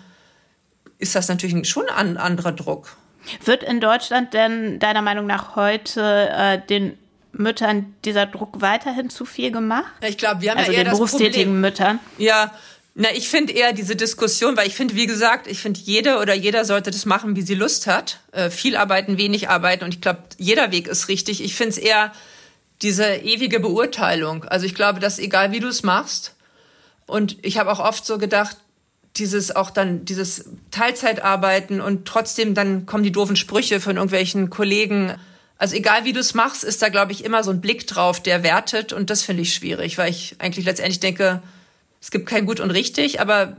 ist das natürlich schon ein anderer Druck. Wird in Deutschland denn deiner Meinung nach heute äh, den Müttern dieser Druck weiterhin zu viel gemacht? Ich glaube, wir haben also ja eher den das berufstätigen Problem. Müttern. Ja, na, ich finde eher diese Diskussion, weil ich finde, wie gesagt, ich finde, jede oder jeder sollte das machen, wie sie Lust hat. Äh, viel arbeiten, wenig arbeiten und ich glaube, jeder Weg ist richtig. Ich finde es eher diese ewige Beurteilung. Also ich glaube, dass egal wie du es machst. Und ich habe auch oft so gedacht, dieses auch dann dieses Teilzeitarbeiten und trotzdem dann kommen die doofen Sprüche von irgendwelchen Kollegen. Also egal wie du es machst, ist da, glaube ich, immer so ein Blick drauf, der wertet. Und das finde ich schwierig, weil ich eigentlich letztendlich denke, es gibt kein Gut und Richtig, aber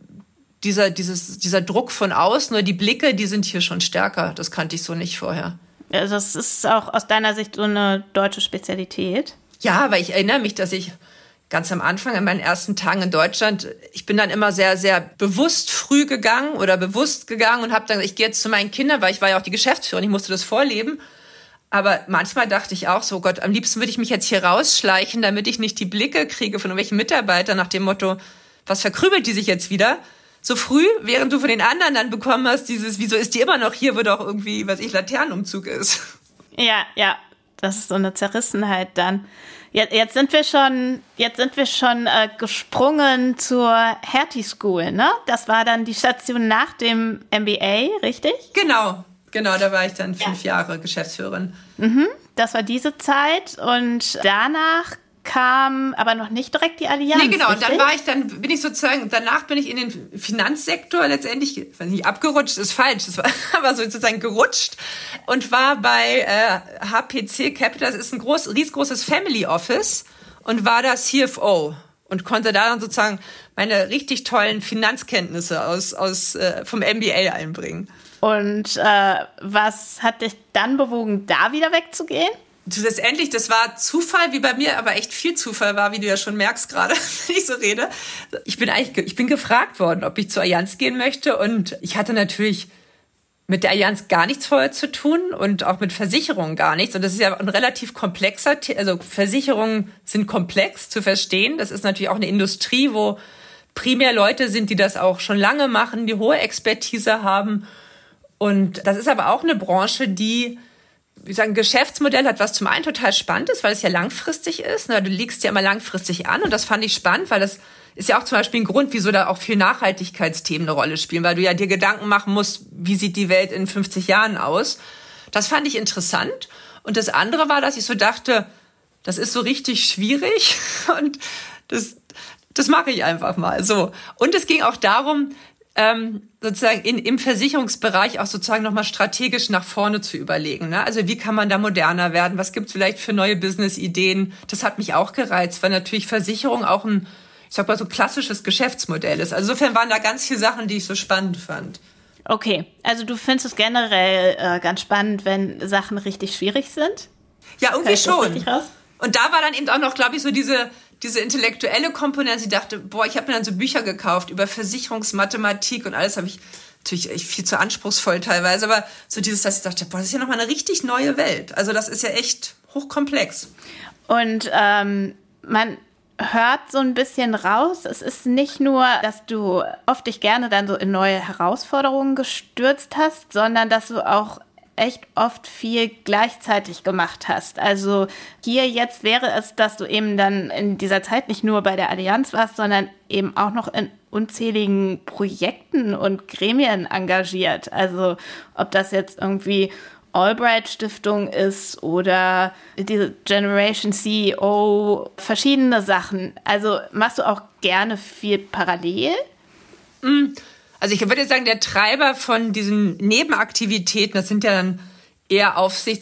dieser, dieses, dieser Druck von außen oder die Blicke, die sind hier schon stärker. Das kannte ich so nicht vorher. Also das ist auch aus deiner Sicht so eine deutsche Spezialität? Ja, weil ich erinnere mich, dass ich ganz am Anfang in meinen ersten Tagen in Deutschland, ich bin dann immer sehr, sehr bewusst früh gegangen oder bewusst gegangen und habe dann, ich gehe jetzt zu meinen Kindern, weil ich war ja auch die Geschäftsführerin, ich musste das vorleben. Aber manchmal dachte ich auch so, Gott, am liebsten würde ich mich jetzt hier rausschleichen, damit ich nicht die Blicke kriege von irgendwelchen Mitarbeitern nach dem Motto, was verkrübelt die sich jetzt wieder? So früh, während du von den anderen dann bekommen hast, dieses, wieso ist die immer noch hier, wo doch irgendwie, was ich, Laternenumzug ist. Ja, ja, das ist so eine Zerrissenheit dann. Jetzt, jetzt sind wir schon, jetzt sind wir schon äh, gesprungen zur Hertie School, ne? Das war dann die Station nach dem M B A, richtig? Genau, genau, da war ich dann fünf ja. Jahre Geschäftsführerin. Mhm, das war diese Zeit und danach kam aber noch nicht direkt die Allianz. Nee, genau, richtig? und dann war ich, dann bin ich sozusagen, danach bin ich in den Finanzsektor letztendlich, ich weiß nicht, abgerutscht ist falsch, das war aber sozusagen gerutscht und war bei äh, H P C Capital, das ist ein groß, riesengroßes Family Office und war da C F O und konnte da dann sozusagen meine richtig tollen Finanzkenntnisse aus, aus äh, vom M B A einbringen. Und äh, was hat dich dann bewogen, da wieder wegzugehen? Letztendlich, das war Zufall, wie bei mir, aber echt viel Zufall war, wie du ja schon merkst gerade, wenn ich so rede. Ich bin eigentlich, ich bin gefragt worden, ob ich zur Allianz gehen möchte und ich hatte natürlich mit der Allianz gar nichts vorher zu tun und auch mit Versicherungen gar nichts. Und das ist ja ein relativ komplexer, also Versicherungen sind komplex zu verstehen. Das ist natürlich auch eine Industrie, wo primär Leute sind, die das auch schon lange machen, die hohe Expertise haben. Und das ist aber auch eine Branche, die, wie sagen, ein Geschäftsmodell hat, was zum einen total spannend ist, weil es ja langfristig ist. Du legst ja immer langfristig an und das fand ich spannend, weil das ist ja auch zum Beispiel ein Grund, wieso da auch viel Nachhaltigkeitsthemen eine Rolle spielen, weil du ja dir Gedanken machen musst, wie sieht die Welt in fünfzig Jahren aus. Das fand ich interessant. Und das andere war, dass ich so dachte, das ist so richtig schwierig und das, das mache ich einfach mal so. Und es ging auch darum, ähm, sozusagen in, im Versicherungsbereich auch sozusagen nochmal strategisch nach vorne zu überlegen. Ne? Also wie kann man da moderner werden? Was gibt es vielleicht für neue Business-Ideen? Das hat mich auch gereizt, weil natürlich Versicherung auch ein, ich sag mal so klassisches Geschäftsmodell ist. Also insofern waren da ganz viele Sachen, die ich so spannend fand. Okay, also du findest es generell äh, ganz spannend, wenn Sachen richtig schwierig sind? Ja, irgendwie Hört das schon. richtig raus? Und da war dann eben auch noch, glaube ich, so diese diese intellektuelle Komponente. Ich dachte, boah, ich habe mir dann so Bücher gekauft über Versicherungsmathematik und alles habe ich natürlich echt viel zu anspruchsvoll teilweise, aber so dieses, dass ich dachte, boah, das ist ja nochmal eine richtig neue Welt. Also das ist ja echt hochkomplex. Und ähm, man hört so ein bisschen raus, es ist nicht nur, dass du oft dich gerne dann so in neue Herausforderungen gestürzt hast, sondern dass du auch echt oft viel gleichzeitig gemacht hast. Also hier jetzt wäre es, dass du eben dann in dieser Zeit nicht nur bei der Allianz warst, sondern eben auch noch in unzähligen Projekten und Gremien engagiert. Also ob das jetzt irgendwie Albright-Stiftung ist oder diese Generation C E O, verschiedene Sachen. Also machst du auch gerne viel parallel? Mm. Also ich würde sagen, der Treiber von diesen Nebenaktivitäten, das sind ja dann eher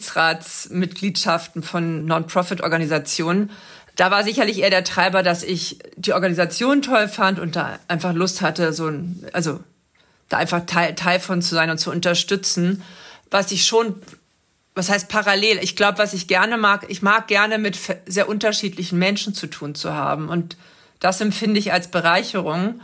Aufsichtsratsmitgliedschaften von Non-Profit-Organisationen. Da war sicherlich eher der Treiber, dass ich die Organisation toll fand und da einfach Lust hatte, so ein, also da einfach Teil, Teil von zu sein und zu unterstützen. Was ich schon, was heißt parallel? Ich glaube, was ich gerne mag, ich mag gerne mit sehr unterschiedlichen Menschen zu tun zu haben. Und das empfinde ich als Bereicherung.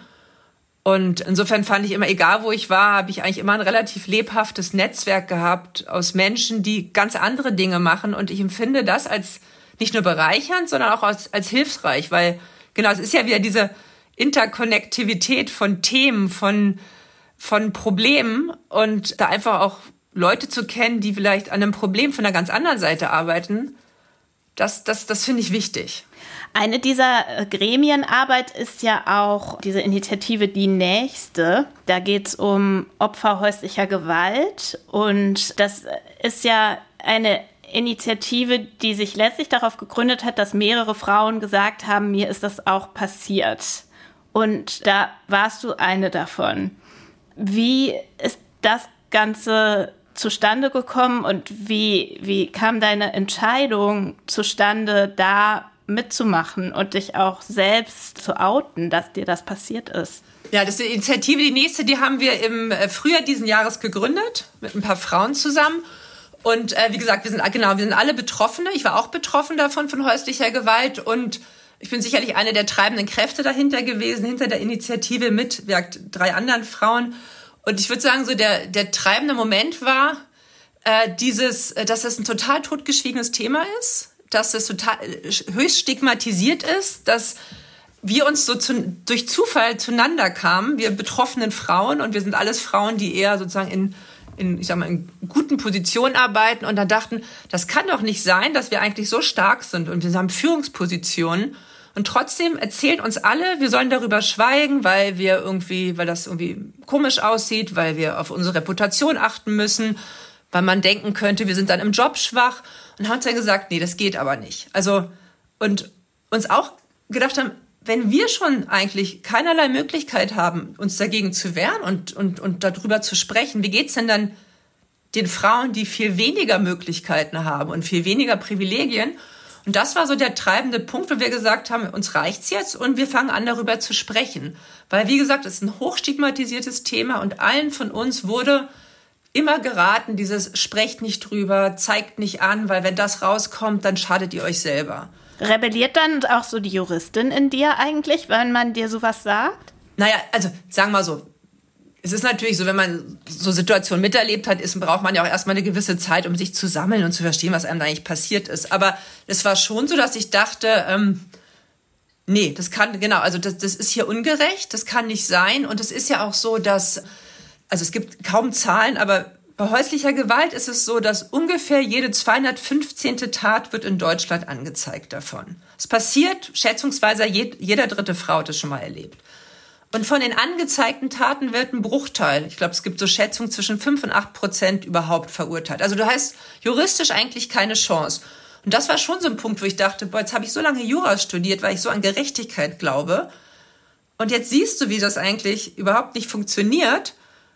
Und insofern fand ich immer, egal wo ich war, habe ich eigentlich immer ein relativ lebhaftes Netzwerk gehabt aus Menschen, die ganz andere Dinge machen. Und ich empfinde das als nicht nur bereichernd, sondern auch als, als hilfreich, weil genau, es ist ja wieder diese Interkonnektivität von Themen, von, von Problemen und da einfach auch Leute zu kennen, die vielleicht an einem Problem von einer ganz anderen Seite arbeiten, das, das, das finde ich wichtig. Eine dieser Gremienarbeit ist ja auch diese Initiative Die Nächste. Da geht es um Opfer häuslicher Gewalt. Und das ist ja eine Initiative, die sich letztlich darauf gegründet hat, dass mehrere Frauen gesagt haben, mir ist das auch passiert. Und da warst du eine davon. Wie ist das Ganze zustande gekommen und wie, wie kam deine Entscheidung zustande, da mitzumachen und dich auch selbst zu outen, dass dir das passiert ist? Ja, das ist die Initiative, die nächste, die haben wir im Frühjahr diesen Jahres gegründet, mit ein paar Frauen zusammen. Und äh, wie gesagt, wir sind genau, wir sind alle Betroffene. Ich war auch betroffen davon, von häuslicher Gewalt. Und ich bin sicherlich eine der treibenden Kräfte dahinter gewesen, hinter der Initiative mit ja, drei anderen Frauen. Und ich würde sagen, so der, der treibende Moment war, äh, dieses, dass es ein total totgeschwiegenes Thema ist, dass es total höchst stigmatisiert ist, dass wir uns so zu, durch Zufall zueinander kamen, wir betroffenen Frauen, und wir sind alles Frauen, die eher sozusagen in, in, ich sag mal, in guten Positionen arbeiten, und dann dachten, das kann doch nicht sein, dass wir eigentlich so stark sind und wir haben Führungspositionen, und trotzdem erzählen uns alle, wir sollen darüber schweigen, weil wir irgendwie, weil das irgendwie komisch aussieht, weil wir auf unsere Reputation achten müssen, weil man denken könnte, wir sind dann im Job schwach, und haben uns dann gesagt, nee, das geht aber nicht. Also, und uns auch gedacht haben, wenn wir schon eigentlich keinerlei Möglichkeit haben, uns dagegen zu wehren und, und, und darüber zu sprechen, wie geht's denn dann den Frauen, die viel weniger Möglichkeiten haben und viel weniger Privilegien? Und das war so der treibende Punkt, wo wir gesagt haben, uns reicht's jetzt und wir fangen an, darüber zu sprechen. Weil, wie gesagt, es ist ein hochstigmatisiertes Thema und allen von uns wurde immer geraten, dieses sprecht nicht drüber, zeigt nicht an, weil wenn das rauskommt, dann schadet ihr euch selber. Rebelliert dann auch so die Juristin in dir eigentlich, wenn man dir sowas sagt? Naja, also sagen wir mal so, es ist natürlich so, wenn man so Situationen miterlebt hat, ist, braucht man ja auch erstmal eine gewisse Zeit, um sich zu sammeln und zu verstehen, was einem da eigentlich passiert ist. Aber es war schon so, dass ich dachte, ähm, nee, das kann, genau, also das, das ist hier ungerecht, das kann nicht sein. Und es ist ja auch so, dass, also es gibt kaum Zahlen, aber bei häuslicher Gewalt ist es so, dass ungefähr jede zweihundertfünfzehnte Tat wird in Deutschland angezeigt davon. Es passiert, schätzungsweise jeder dritte Frau hat es schon mal erlebt. Und von den angezeigten Taten wird ein Bruchteil, ich glaube, es gibt so Schätzungen zwischen fünf und acht Prozent überhaupt verurteilt. Also du hast juristisch eigentlich keine Chance. Und das war schon so ein Punkt, wo ich dachte, boah, jetzt habe ich so lange Jura studiert, weil ich so an Gerechtigkeit glaube. Und jetzt siehst du, wie das eigentlich überhaupt nicht funktioniert.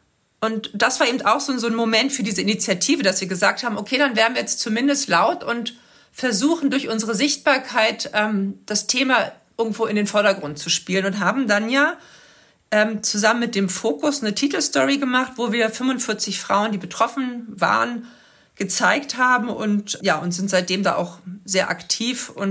Und das war eben auch so, so ein Moment für diese Initiative, dass wir gesagt haben, okay, dann werden wir jetzt zumindest laut und versuchen durch unsere Sichtbarkeit ähm, das Thema irgendwo in den Vordergrund zu spielen, und haben dann ja ähm, zusammen mit dem Fokus eine Titelstory gemacht, wo wir fünfundvierzig Frauen, die betroffen waren, gezeigt haben, und ja, und sind seitdem da auch sehr aktiv und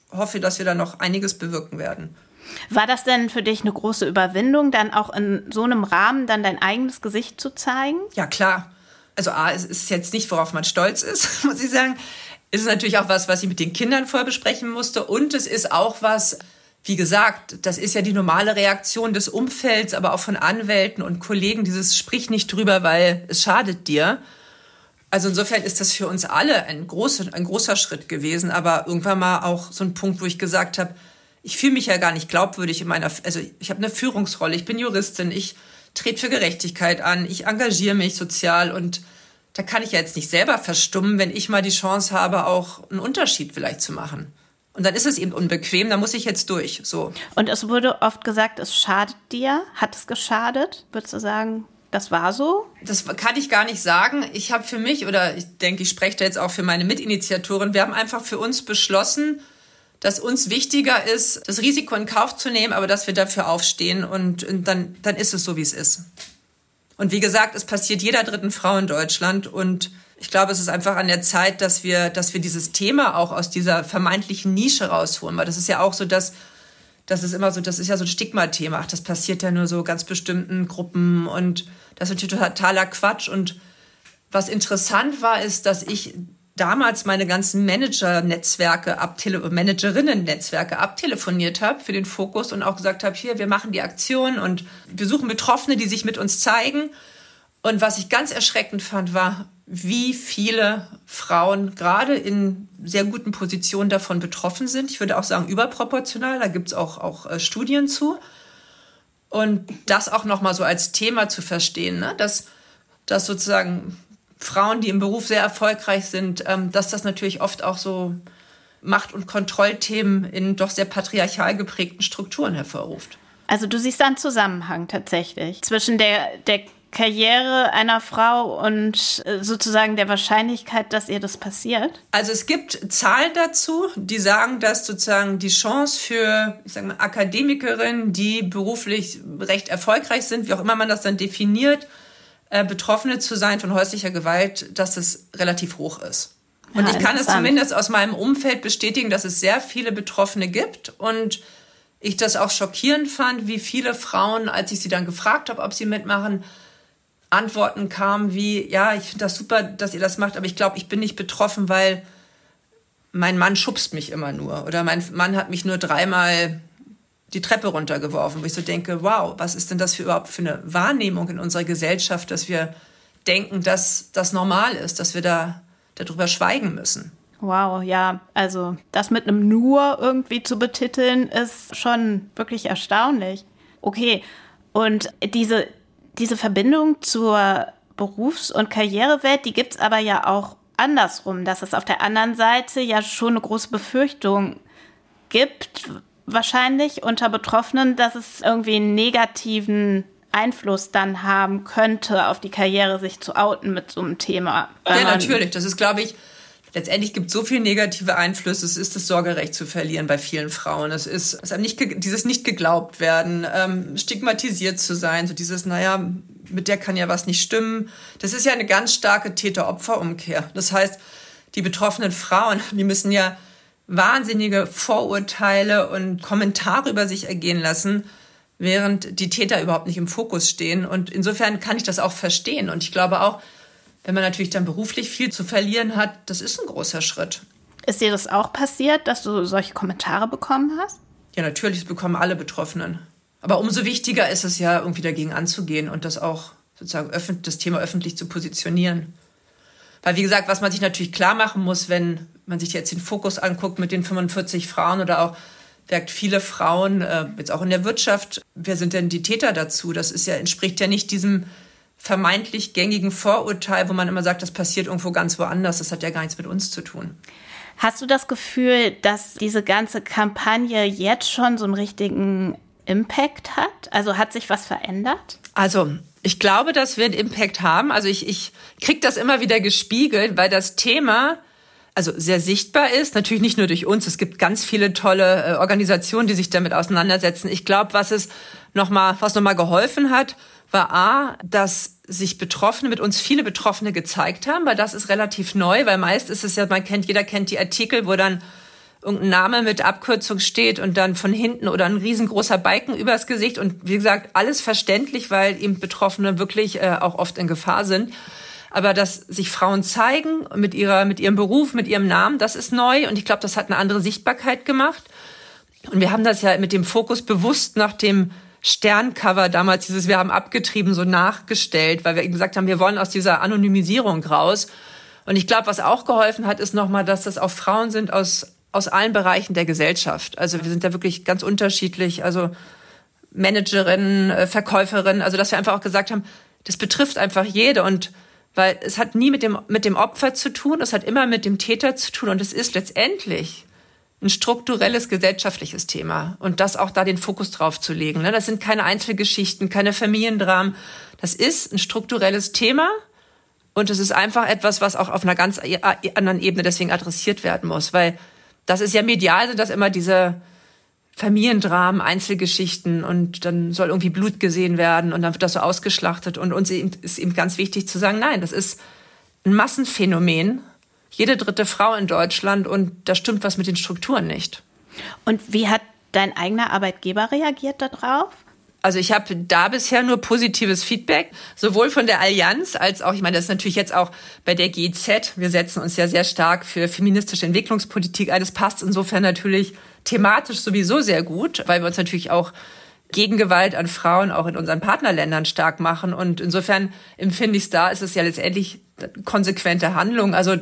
hoffe, dass wir da noch einiges bewirken werden. War das denn für dich eine große Überwindung, dann auch in so einem Rahmen dann dein eigenes Gesicht zu zeigen? Ja, klar. Also A, es ist jetzt nicht, worauf man stolz ist, muss ich sagen. Es ist natürlich auch was, was ich mit den Kindern vorher besprechen musste. Und es ist auch was, wie gesagt, das ist ja die normale Reaktion des Umfelds, aber auch von Anwälten und Kollegen, dieses sprich nicht drüber, weil es schadet dir. Also insofern ist das für uns alle ein großer, ein großer Schritt gewesen, aber irgendwann mal auch so ein Punkt, wo ich gesagt habe, ich fühle mich ja gar nicht glaubwürdig in meiner, also ich habe eine Führungsrolle, ich bin Juristin, ich trete für Gerechtigkeit an, ich engagiere mich sozial und da kann ich ja jetzt nicht selber verstummen, wenn ich mal die Chance habe, auch einen Unterschied vielleicht zu machen. Und dann ist es eben unbequem, da muss ich jetzt durch. So. Und es wurde oft gesagt, es schadet dir. Hat es geschadet? Würdest du sagen, das war so? Das kann ich gar nicht sagen. Ich habe für mich, oder ich denke, ich spreche da jetzt auch für meine Mitinitiatorin, wir haben einfach für uns beschlossen, dass uns wichtiger ist, das Risiko in Kauf zu nehmen, aber dass wir dafür aufstehen und, und dann, dann ist es so, wie es ist. Und wie gesagt, es passiert jeder dritten Frau in Deutschland und ich glaube, es ist einfach an der Zeit, dass wir, dass wir dieses Thema auch aus dieser vermeintlichen Nische rausholen, weil das ist ja auch so, dass, das ist immer so, das ist ja so ein Stigma-Thema. Ach, das passiert ja nur so ganz bestimmten Gruppen und das ist natürlich totaler Quatsch. Und was interessant war, ist, dass ich damals meine ganzen Manager-Netzwerke, abtele- Managerinnen-Netzwerke abtelefoniert habe für den Fokus und auch gesagt habe, hier, wir machen die Aktion und wir suchen Betroffene, die sich mit uns zeigen. Und was ich ganz erschreckend fand, war, wie viele Frauen gerade in sehr guten Positionen davon betroffen sind. Ich würde auch sagen, überproportional. Da gibt es auch, auch äh, Studien zu. Und das auch nochmal so als Thema zu verstehen, ne? dass, dass sozusagen Frauen, die im Beruf sehr erfolgreich sind, ähm, dass das natürlich oft auch so Macht- und Kontrollthemen in doch sehr patriarchal geprägten Strukturen hervorruft. Also du siehst da einen Zusammenhang tatsächlich zwischen der, der Karriere einer Frau und sozusagen der Wahrscheinlichkeit, dass ihr das passiert? Also es gibt Zahlen dazu, die sagen, dass sozusagen die Chance für, ich sage mal, Akademikerinnen, die beruflich recht erfolgreich sind, wie auch immer man das dann definiert, äh, Betroffene zu sein von häuslicher Gewalt, dass es relativ hoch ist. Und ja, ich kann es zumindest aus meinem Umfeld bestätigen, dass es sehr viele Betroffene gibt und ich das auch schockierend fand, wie viele Frauen, als ich sie dann gefragt habe, ob sie mitmachen, Antworten kamen wie, ja, ich finde das super, dass ihr das macht, aber ich glaube, ich bin nicht betroffen, weil mein Mann schubst mich immer nur oder mein Mann hat mich nur dreimal die Treppe runtergeworfen, wo ich so denke, wow, was ist denn das für überhaupt für eine Wahrnehmung in unserer Gesellschaft, dass wir denken, dass das normal ist, dass wir da darüber schweigen müssen. Wow, ja, also das mit einem Nur irgendwie zu betiteln, ist schon wirklich erstaunlich. Okay, und diese Diese Verbindung zur Berufs- und Karrierewelt, die gibt es aber ja auch andersrum, dass es auf der anderen Seite ja schon eine große Befürchtung gibt, wahrscheinlich unter Betroffenen, dass es irgendwie einen negativen Einfluss dann haben könnte auf die Karriere, sich zu outen mit so einem Thema. Ja, natürlich. Das ist, glaube ich, letztendlich gibt es so viele negative Einflüsse. Es ist das Sorgerecht zu verlieren bei vielen Frauen. Es ist, es ist einem nicht, dieses nicht geglaubt werden, ähm, stigmatisiert zu sein, so dieses, naja, mit der kann ja was nicht stimmen. Das ist ja eine ganz starke Täter-Opfer-Umkehr. Das heißt, die betroffenen Frauen, die müssen ja wahnsinnige Vorurteile und Kommentare über sich ergehen lassen, während die Täter überhaupt nicht im Fokus stehen. Und insofern kann ich das auch verstehen. Und ich glaube auch, wenn man natürlich dann beruflich viel zu verlieren hat, das ist ein großer Schritt. Ist dir das auch passiert, dass du solche Kommentare bekommen hast? Ja, natürlich, das bekommen alle Betroffenen. Aber umso wichtiger ist es ja, irgendwie dagegen anzugehen und das auch sozusagen öffentlich, das Thema öffentlich zu positionieren. Weil, wie gesagt, was man sich natürlich klar machen muss, wenn man sich jetzt den Fokus anguckt mit den fünfundvierzig Frauen oder auch merkt viele Frauen, äh, jetzt auch in der Wirtschaft, wer sind denn die Täter dazu? Das ist ja, entspricht ja nicht diesem vermeintlich gängigen Vorurteil, wo man immer sagt, das passiert irgendwo ganz woanders. Das hat ja gar nichts mit uns zu tun. Hast du das Gefühl, dass diese ganze Kampagne jetzt schon so einen richtigen Impact hat? Also hat sich was verändert? Also ich glaube, dass wir einen Impact haben. Also ich, ich kriege das immer wieder gespiegelt, weil das Thema also sehr sichtbar ist. Natürlich nicht nur durch uns. Es gibt ganz viele tolle äh, Organisationen, die sich damit auseinandersetzen. Ich glaube, was es noch mal, was noch mal geholfen hat, war A, dass sich Betroffene mit uns viele Betroffene gezeigt haben, weil das ist relativ neu, weil meist ist es ja, man kennt, jeder kennt die Artikel, wo dann irgendein Name mit Abkürzung steht und dann von hinten oder ein riesengroßer Balken übers Gesicht. Und wie gesagt, alles verständlich, weil eben Betroffene wirklich äh, auch oft in Gefahr sind. Aber dass sich Frauen zeigen mit ihrer, mit ihrem Beruf, mit ihrem Namen, das ist neu. Und ich glaube, das hat eine andere Sichtbarkeit gemacht. Und wir haben das ja mit dem Fokus bewusst nach dem Sterncover damals, dieses Wir haben abgetrieben, so nachgestellt, weil wir eben gesagt haben, wir wollen aus dieser Anonymisierung raus. Und ich glaube, was auch geholfen hat, ist nochmal, dass das auch Frauen sind aus aus allen Bereichen der Gesellschaft. Also wir sind da wirklich ganz unterschiedlich, also Managerinnen, Verkäuferinnen, also dass wir einfach auch gesagt haben, das betrifft einfach jede und weil es hat nie mit dem mit dem Opfer zu tun, es hat immer mit dem Täter zu tun und es ist letztendlich ein strukturelles gesellschaftliches Thema und das auch da den Fokus drauf zu legen. Das sind keine Einzelgeschichten, keine Familiendramen. Das ist ein strukturelles Thema und es ist einfach etwas, was auch auf einer ganz anderen Ebene deswegen adressiert werden muss, weil das ist ja medial, sind das immer diese Familiendramen, Einzelgeschichten und dann soll irgendwie Blut gesehen werden und dann wird das so ausgeschlachtet. Und uns ist eben ganz wichtig zu sagen, nein, das ist ein Massenphänomen. Jede dritte Frau in Deutschland und da stimmt was mit den Strukturen nicht. Und wie hat dein eigener Arbeitgeber reagiert darauf? Also ich habe da bisher nur positives Feedback, sowohl von der Allianz als auch, ich meine, das ist natürlich jetzt auch bei der G I Z. Wir setzen uns ja sehr stark für feministische Entwicklungspolitik ein. Das passt insofern natürlich thematisch sowieso sehr gut, weil wir uns natürlich auch gegen Gewalt an Frauen auch in unseren Partnerländern stark machen. Und insofern empfinde ich es da, ist es ja letztendlich konsequente Handlung. Also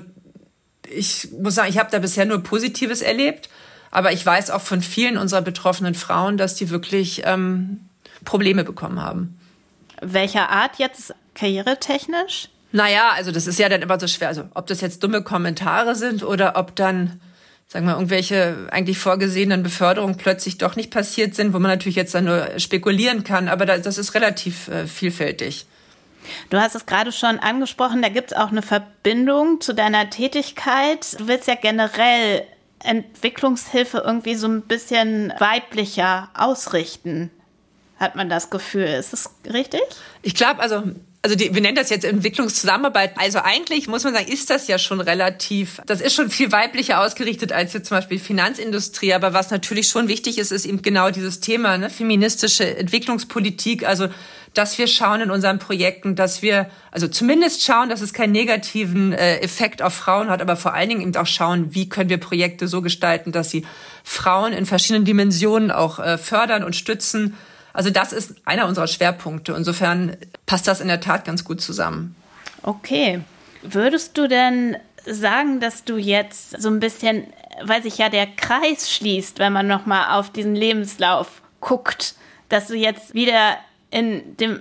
ich muss sagen, ich habe da bisher nur Positives erlebt. Aber ich weiß auch von vielen unserer betroffenen Frauen, dass die wirklich ähm, Probleme bekommen haben. Welcher Art jetzt karrieretechnisch? Naja, also das ist ja dann immer so schwer. Also ob das jetzt dumme Kommentare sind oder ob dann, sagen wir, irgendwelche eigentlich vorgesehenen Beförderungen plötzlich doch nicht passiert sind, wo man natürlich jetzt dann nur spekulieren kann. Aber das ist relativ äh, vielfältig. Du hast es gerade schon angesprochen, da gibt es auch eine Verbindung zu deiner Tätigkeit. Du willst ja generell Entwicklungshilfe irgendwie so ein bisschen weiblicher ausrichten, hat man das Gefühl. Ist das richtig? Ich glaube, also, also die, wir nennen das jetzt Entwicklungszusammenarbeit. Also eigentlich muss man sagen, ist das ja schon relativ, das ist schon viel weiblicher ausgerichtet als jetzt zum Beispiel Finanzindustrie. Aber was natürlich schon wichtig ist, ist eben genau dieses Thema, ne, feministische Entwicklungspolitik. Also dass wir schauen in unseren Projekten, dass wir also zumindest schauen, dass es keinen negativen äh, Effekt auf Frauen hat, aber vor allen Dingen eben auch schauen, wie können wir Projekte so gestalten, dass sie Frauen in verschiedenen Dimensionen auch äh, fördern und stützen. Also das ist einer unserer Schwerpunkte. Insofern passt das in der Tat ganz gut zusammen. Okay. Würdest du denn sagen, dass du jetzt so ein bisschen, weil sich ja der Kreis schließt, wenn man nochmal auf diesen Lebenslauf guckt, dass du jetzt wieder in dem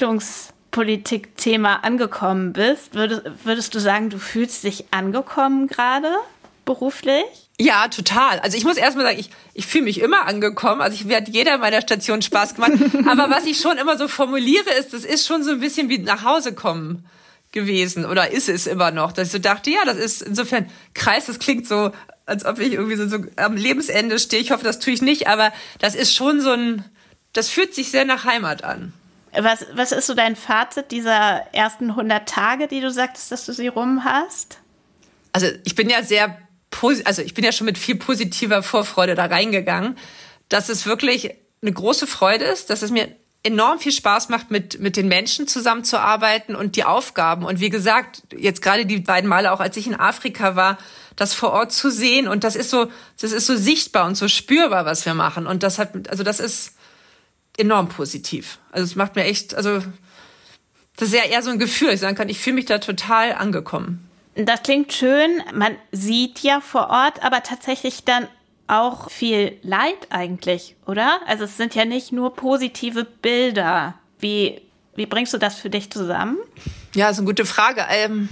Entwicklungspolitik-Thema angekommen bist, würdest, würdest du sagen, du fühlst dich angekommen gerade beruflich? Ja, total. Also ich muss erst mal sagen, ich, ich fühle mich immer angekommen. Also ich mir hat jeder meiner Station Spaß gemacht. Aber was ich schon immer so formuliere, ist, das ist schon so ein bisschen wie nach Hause kommen gewesen. Oder ist es immer noch. Dass ich so dachte, ja, das ist insofern Kreis, das klingt so, als ob ich irgendwie so, so am Lebensende stehe. Ich hoffe, das tue ich nicht. Aber das ist schon so ein, das fühlt sich sehr nach Heimat an. Was, was ist so dein Fazit dieser ersten hundert Tage, die du sagtest, dass du sie rum hast? Also ich bin ja sehr, also ich bin ja schon mit viel positiver Vorfreude da reingegangen, dass es wirklich eine große Freude ist, dass es mir enorm viel Spaß macht, mit, mit den Menschen zusammenzuarbeiten und die Aufgaben. Und wie gesagt, jetzt gerade die beiden Male, auch als ich in Afrika war, das vor Ort zu sehen. Und das ist so, das ist so sichtbar und so spürbar, was wir machen. Und das hat, also das ist enorm positiv. Also es macht mir echt, also das ist ja eher so ein Gefühl, ich sagen kann, ich fühle mich da total angekommen. Das klingt schön. Man sieht ja vor Ort, aber tatsächlich dann auch viel Leid eigentlich, oder? Also es sind ja nicht nur positive Bilder. Wie, wie bringst du das für dich zusammen? Ja, ist eine gute Frage. Ähm,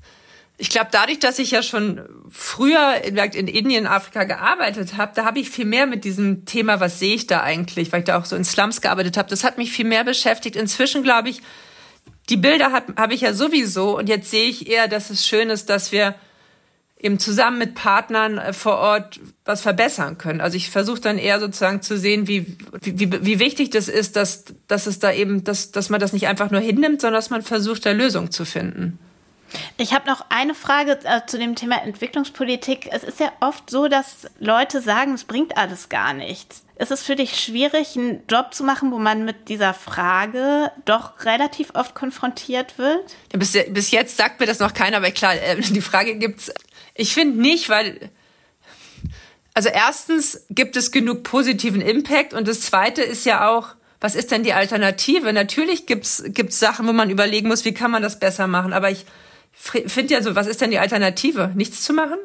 ich glaube, dadurch, dass ich ja schon früher in, in Indien, Afrika gearbeitet habe, da habe ich viel mehr mit diesem Thema, was sehe ich da eigentlich, weil ich da auch so in Slums gearbeitet habe, das hat mich viel mehr beschäftigt. Inzwischen glaube ich, die Bilder habe hab ich ja sowieso und jetzt sehe ich eher, dass es schön ist, dass wir eben zusammen mit Partnern vor Ort was verbessern können. Also ich versuche dann eher sozusagen zu sehen, wie, wie, wie wichtig das ist, dass, dass es da eben, dass, dass man das nicht einfach nur hinnimmt, sondern dass man versucht, da Lösungen zu finden. Ich habe noch eine Frage äh, zu dem Thema Entwicklungspolitik. Es ist ja oft so, dass Leute sagen, es bringt alles gar nichts. Ist es für dich schwierig, einen Job zu machen, wo man mit dieser Frage doch relativ oft konfrontiert wird? Ja, bis, bis jetzt sagt mir das noch keiner, aber klar, äh, die Frage gibt's. Ich finde nicht, weil... Also erstens gibt es genug positiven Impact und das Zweite ist ja auch, was ist denn die Alternative? Natürlich gibt's gibt's Sachen, wo man überlegen muss, wie kann man das besser machen. Aber ich finde ja so, was ist denn die Alternative? Nichts zu machen?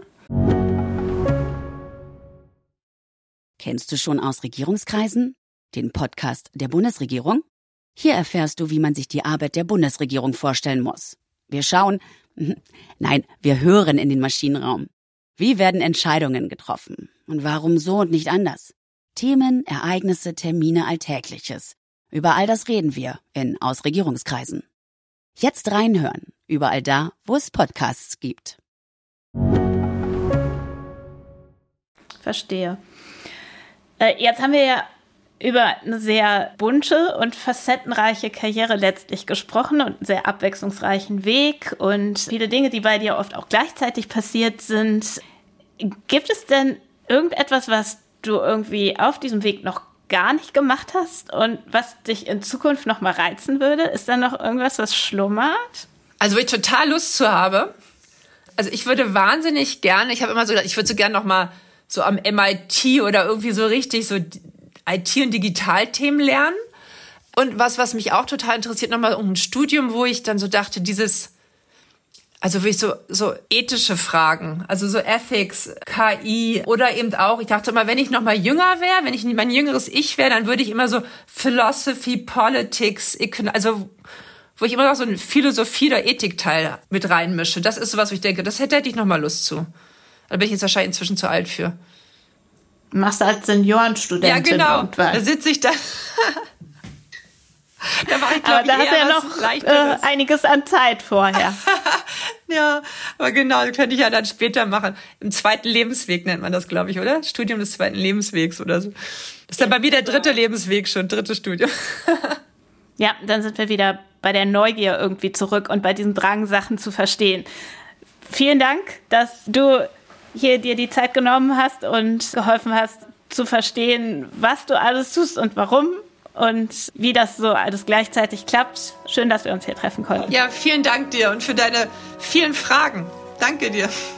Kennst du schon aus Regierungskreisen? Den Podcast der Bundesregierung? Hier erfährst du, wie man sich die Arbeit der Bundesregierung vorstellen muss. Wir schauen, nein, wir hören in den Maschinenraum. Wie werden Entscheidungen getroffen? Und warum so und nicht anders? Themen, Ereignisse, Termine, Alltägliches. Über all das reden wir in Aus Regierungskreisen. Jetzt reinhören, überall da, wo es Podcasts gibt. Verstehe. Äh, jetzt haben wir ja über eine sehr bunte und facettenreiche Karriere letztlich gesprochen und einen sehr abwechslungsreichen Weg und viele Dinge, die bei dir oft auch gleichzeitig passiert sind. Gibt es denn irgendetwas, was du irgendwie auf diesem Weg noch gar nicht gemacht hast und was dich in Zukunft noch mal reizen würde? Ist da noch irgendwas, was schlummert? Also, wo ich total Lust zu habe. Also, ich würde wahnsinnig gerne, ich habe immer so gedacht, ich würde so gerne noch mal so am M I T oder irgendwie so richtig so I T- und Digitalthemen lernen. Und was, was mich auch total interessiert, noch mal ein Studium, wo ich dann so dachte, dieses... Also wirklich so, so ethische Fragen, also so Ethics, K I oder eben auch, ich dachte immer, wenn ich noch mal jünger wäre, wenn ich mein jüngeres Ich wäre, dann würde ich immer so Philosophy, Politics, also wo ich immer noch so ein Philosophie- oder Ethikteil mit reinmische. Das ist sowas, wo ich denke, das hätte, hätte ich noch mal Lust zu. Da bin ich jetzt wahrscheinlich inzwischen zu alt für. Machst du als Seniorenstudentin ja, genau. irgendwann. Da sitze ich da... Da war ich, glaub, aber da ich hast du ja noch äh, einiges an Zeit vorher. Ja, aber genau, das könnte ich ja dann später machen. Im zweiten Lebensweg nennt man das, glaube ich, oder? Studium des zweiten Lebenswegs oder so. Das ist dann bei mir der dritte Lebensweg schon, drittes Studium. Ja, dann sind wir wieder bei der Neugier irgendwie zurück und bei diesem Drang, Sachen zu verstehen. Vielen Dank, dass du hier dir die Zeit genommen hast und geholfen hast, zu verstehen, was du alles tust und warum. Und wie das so alles gleichzeitig klappt. Schön, dass wir uns hier treffen konnten. Ja, vielen Dank dir und für deine vielen Fragen. Danke dir.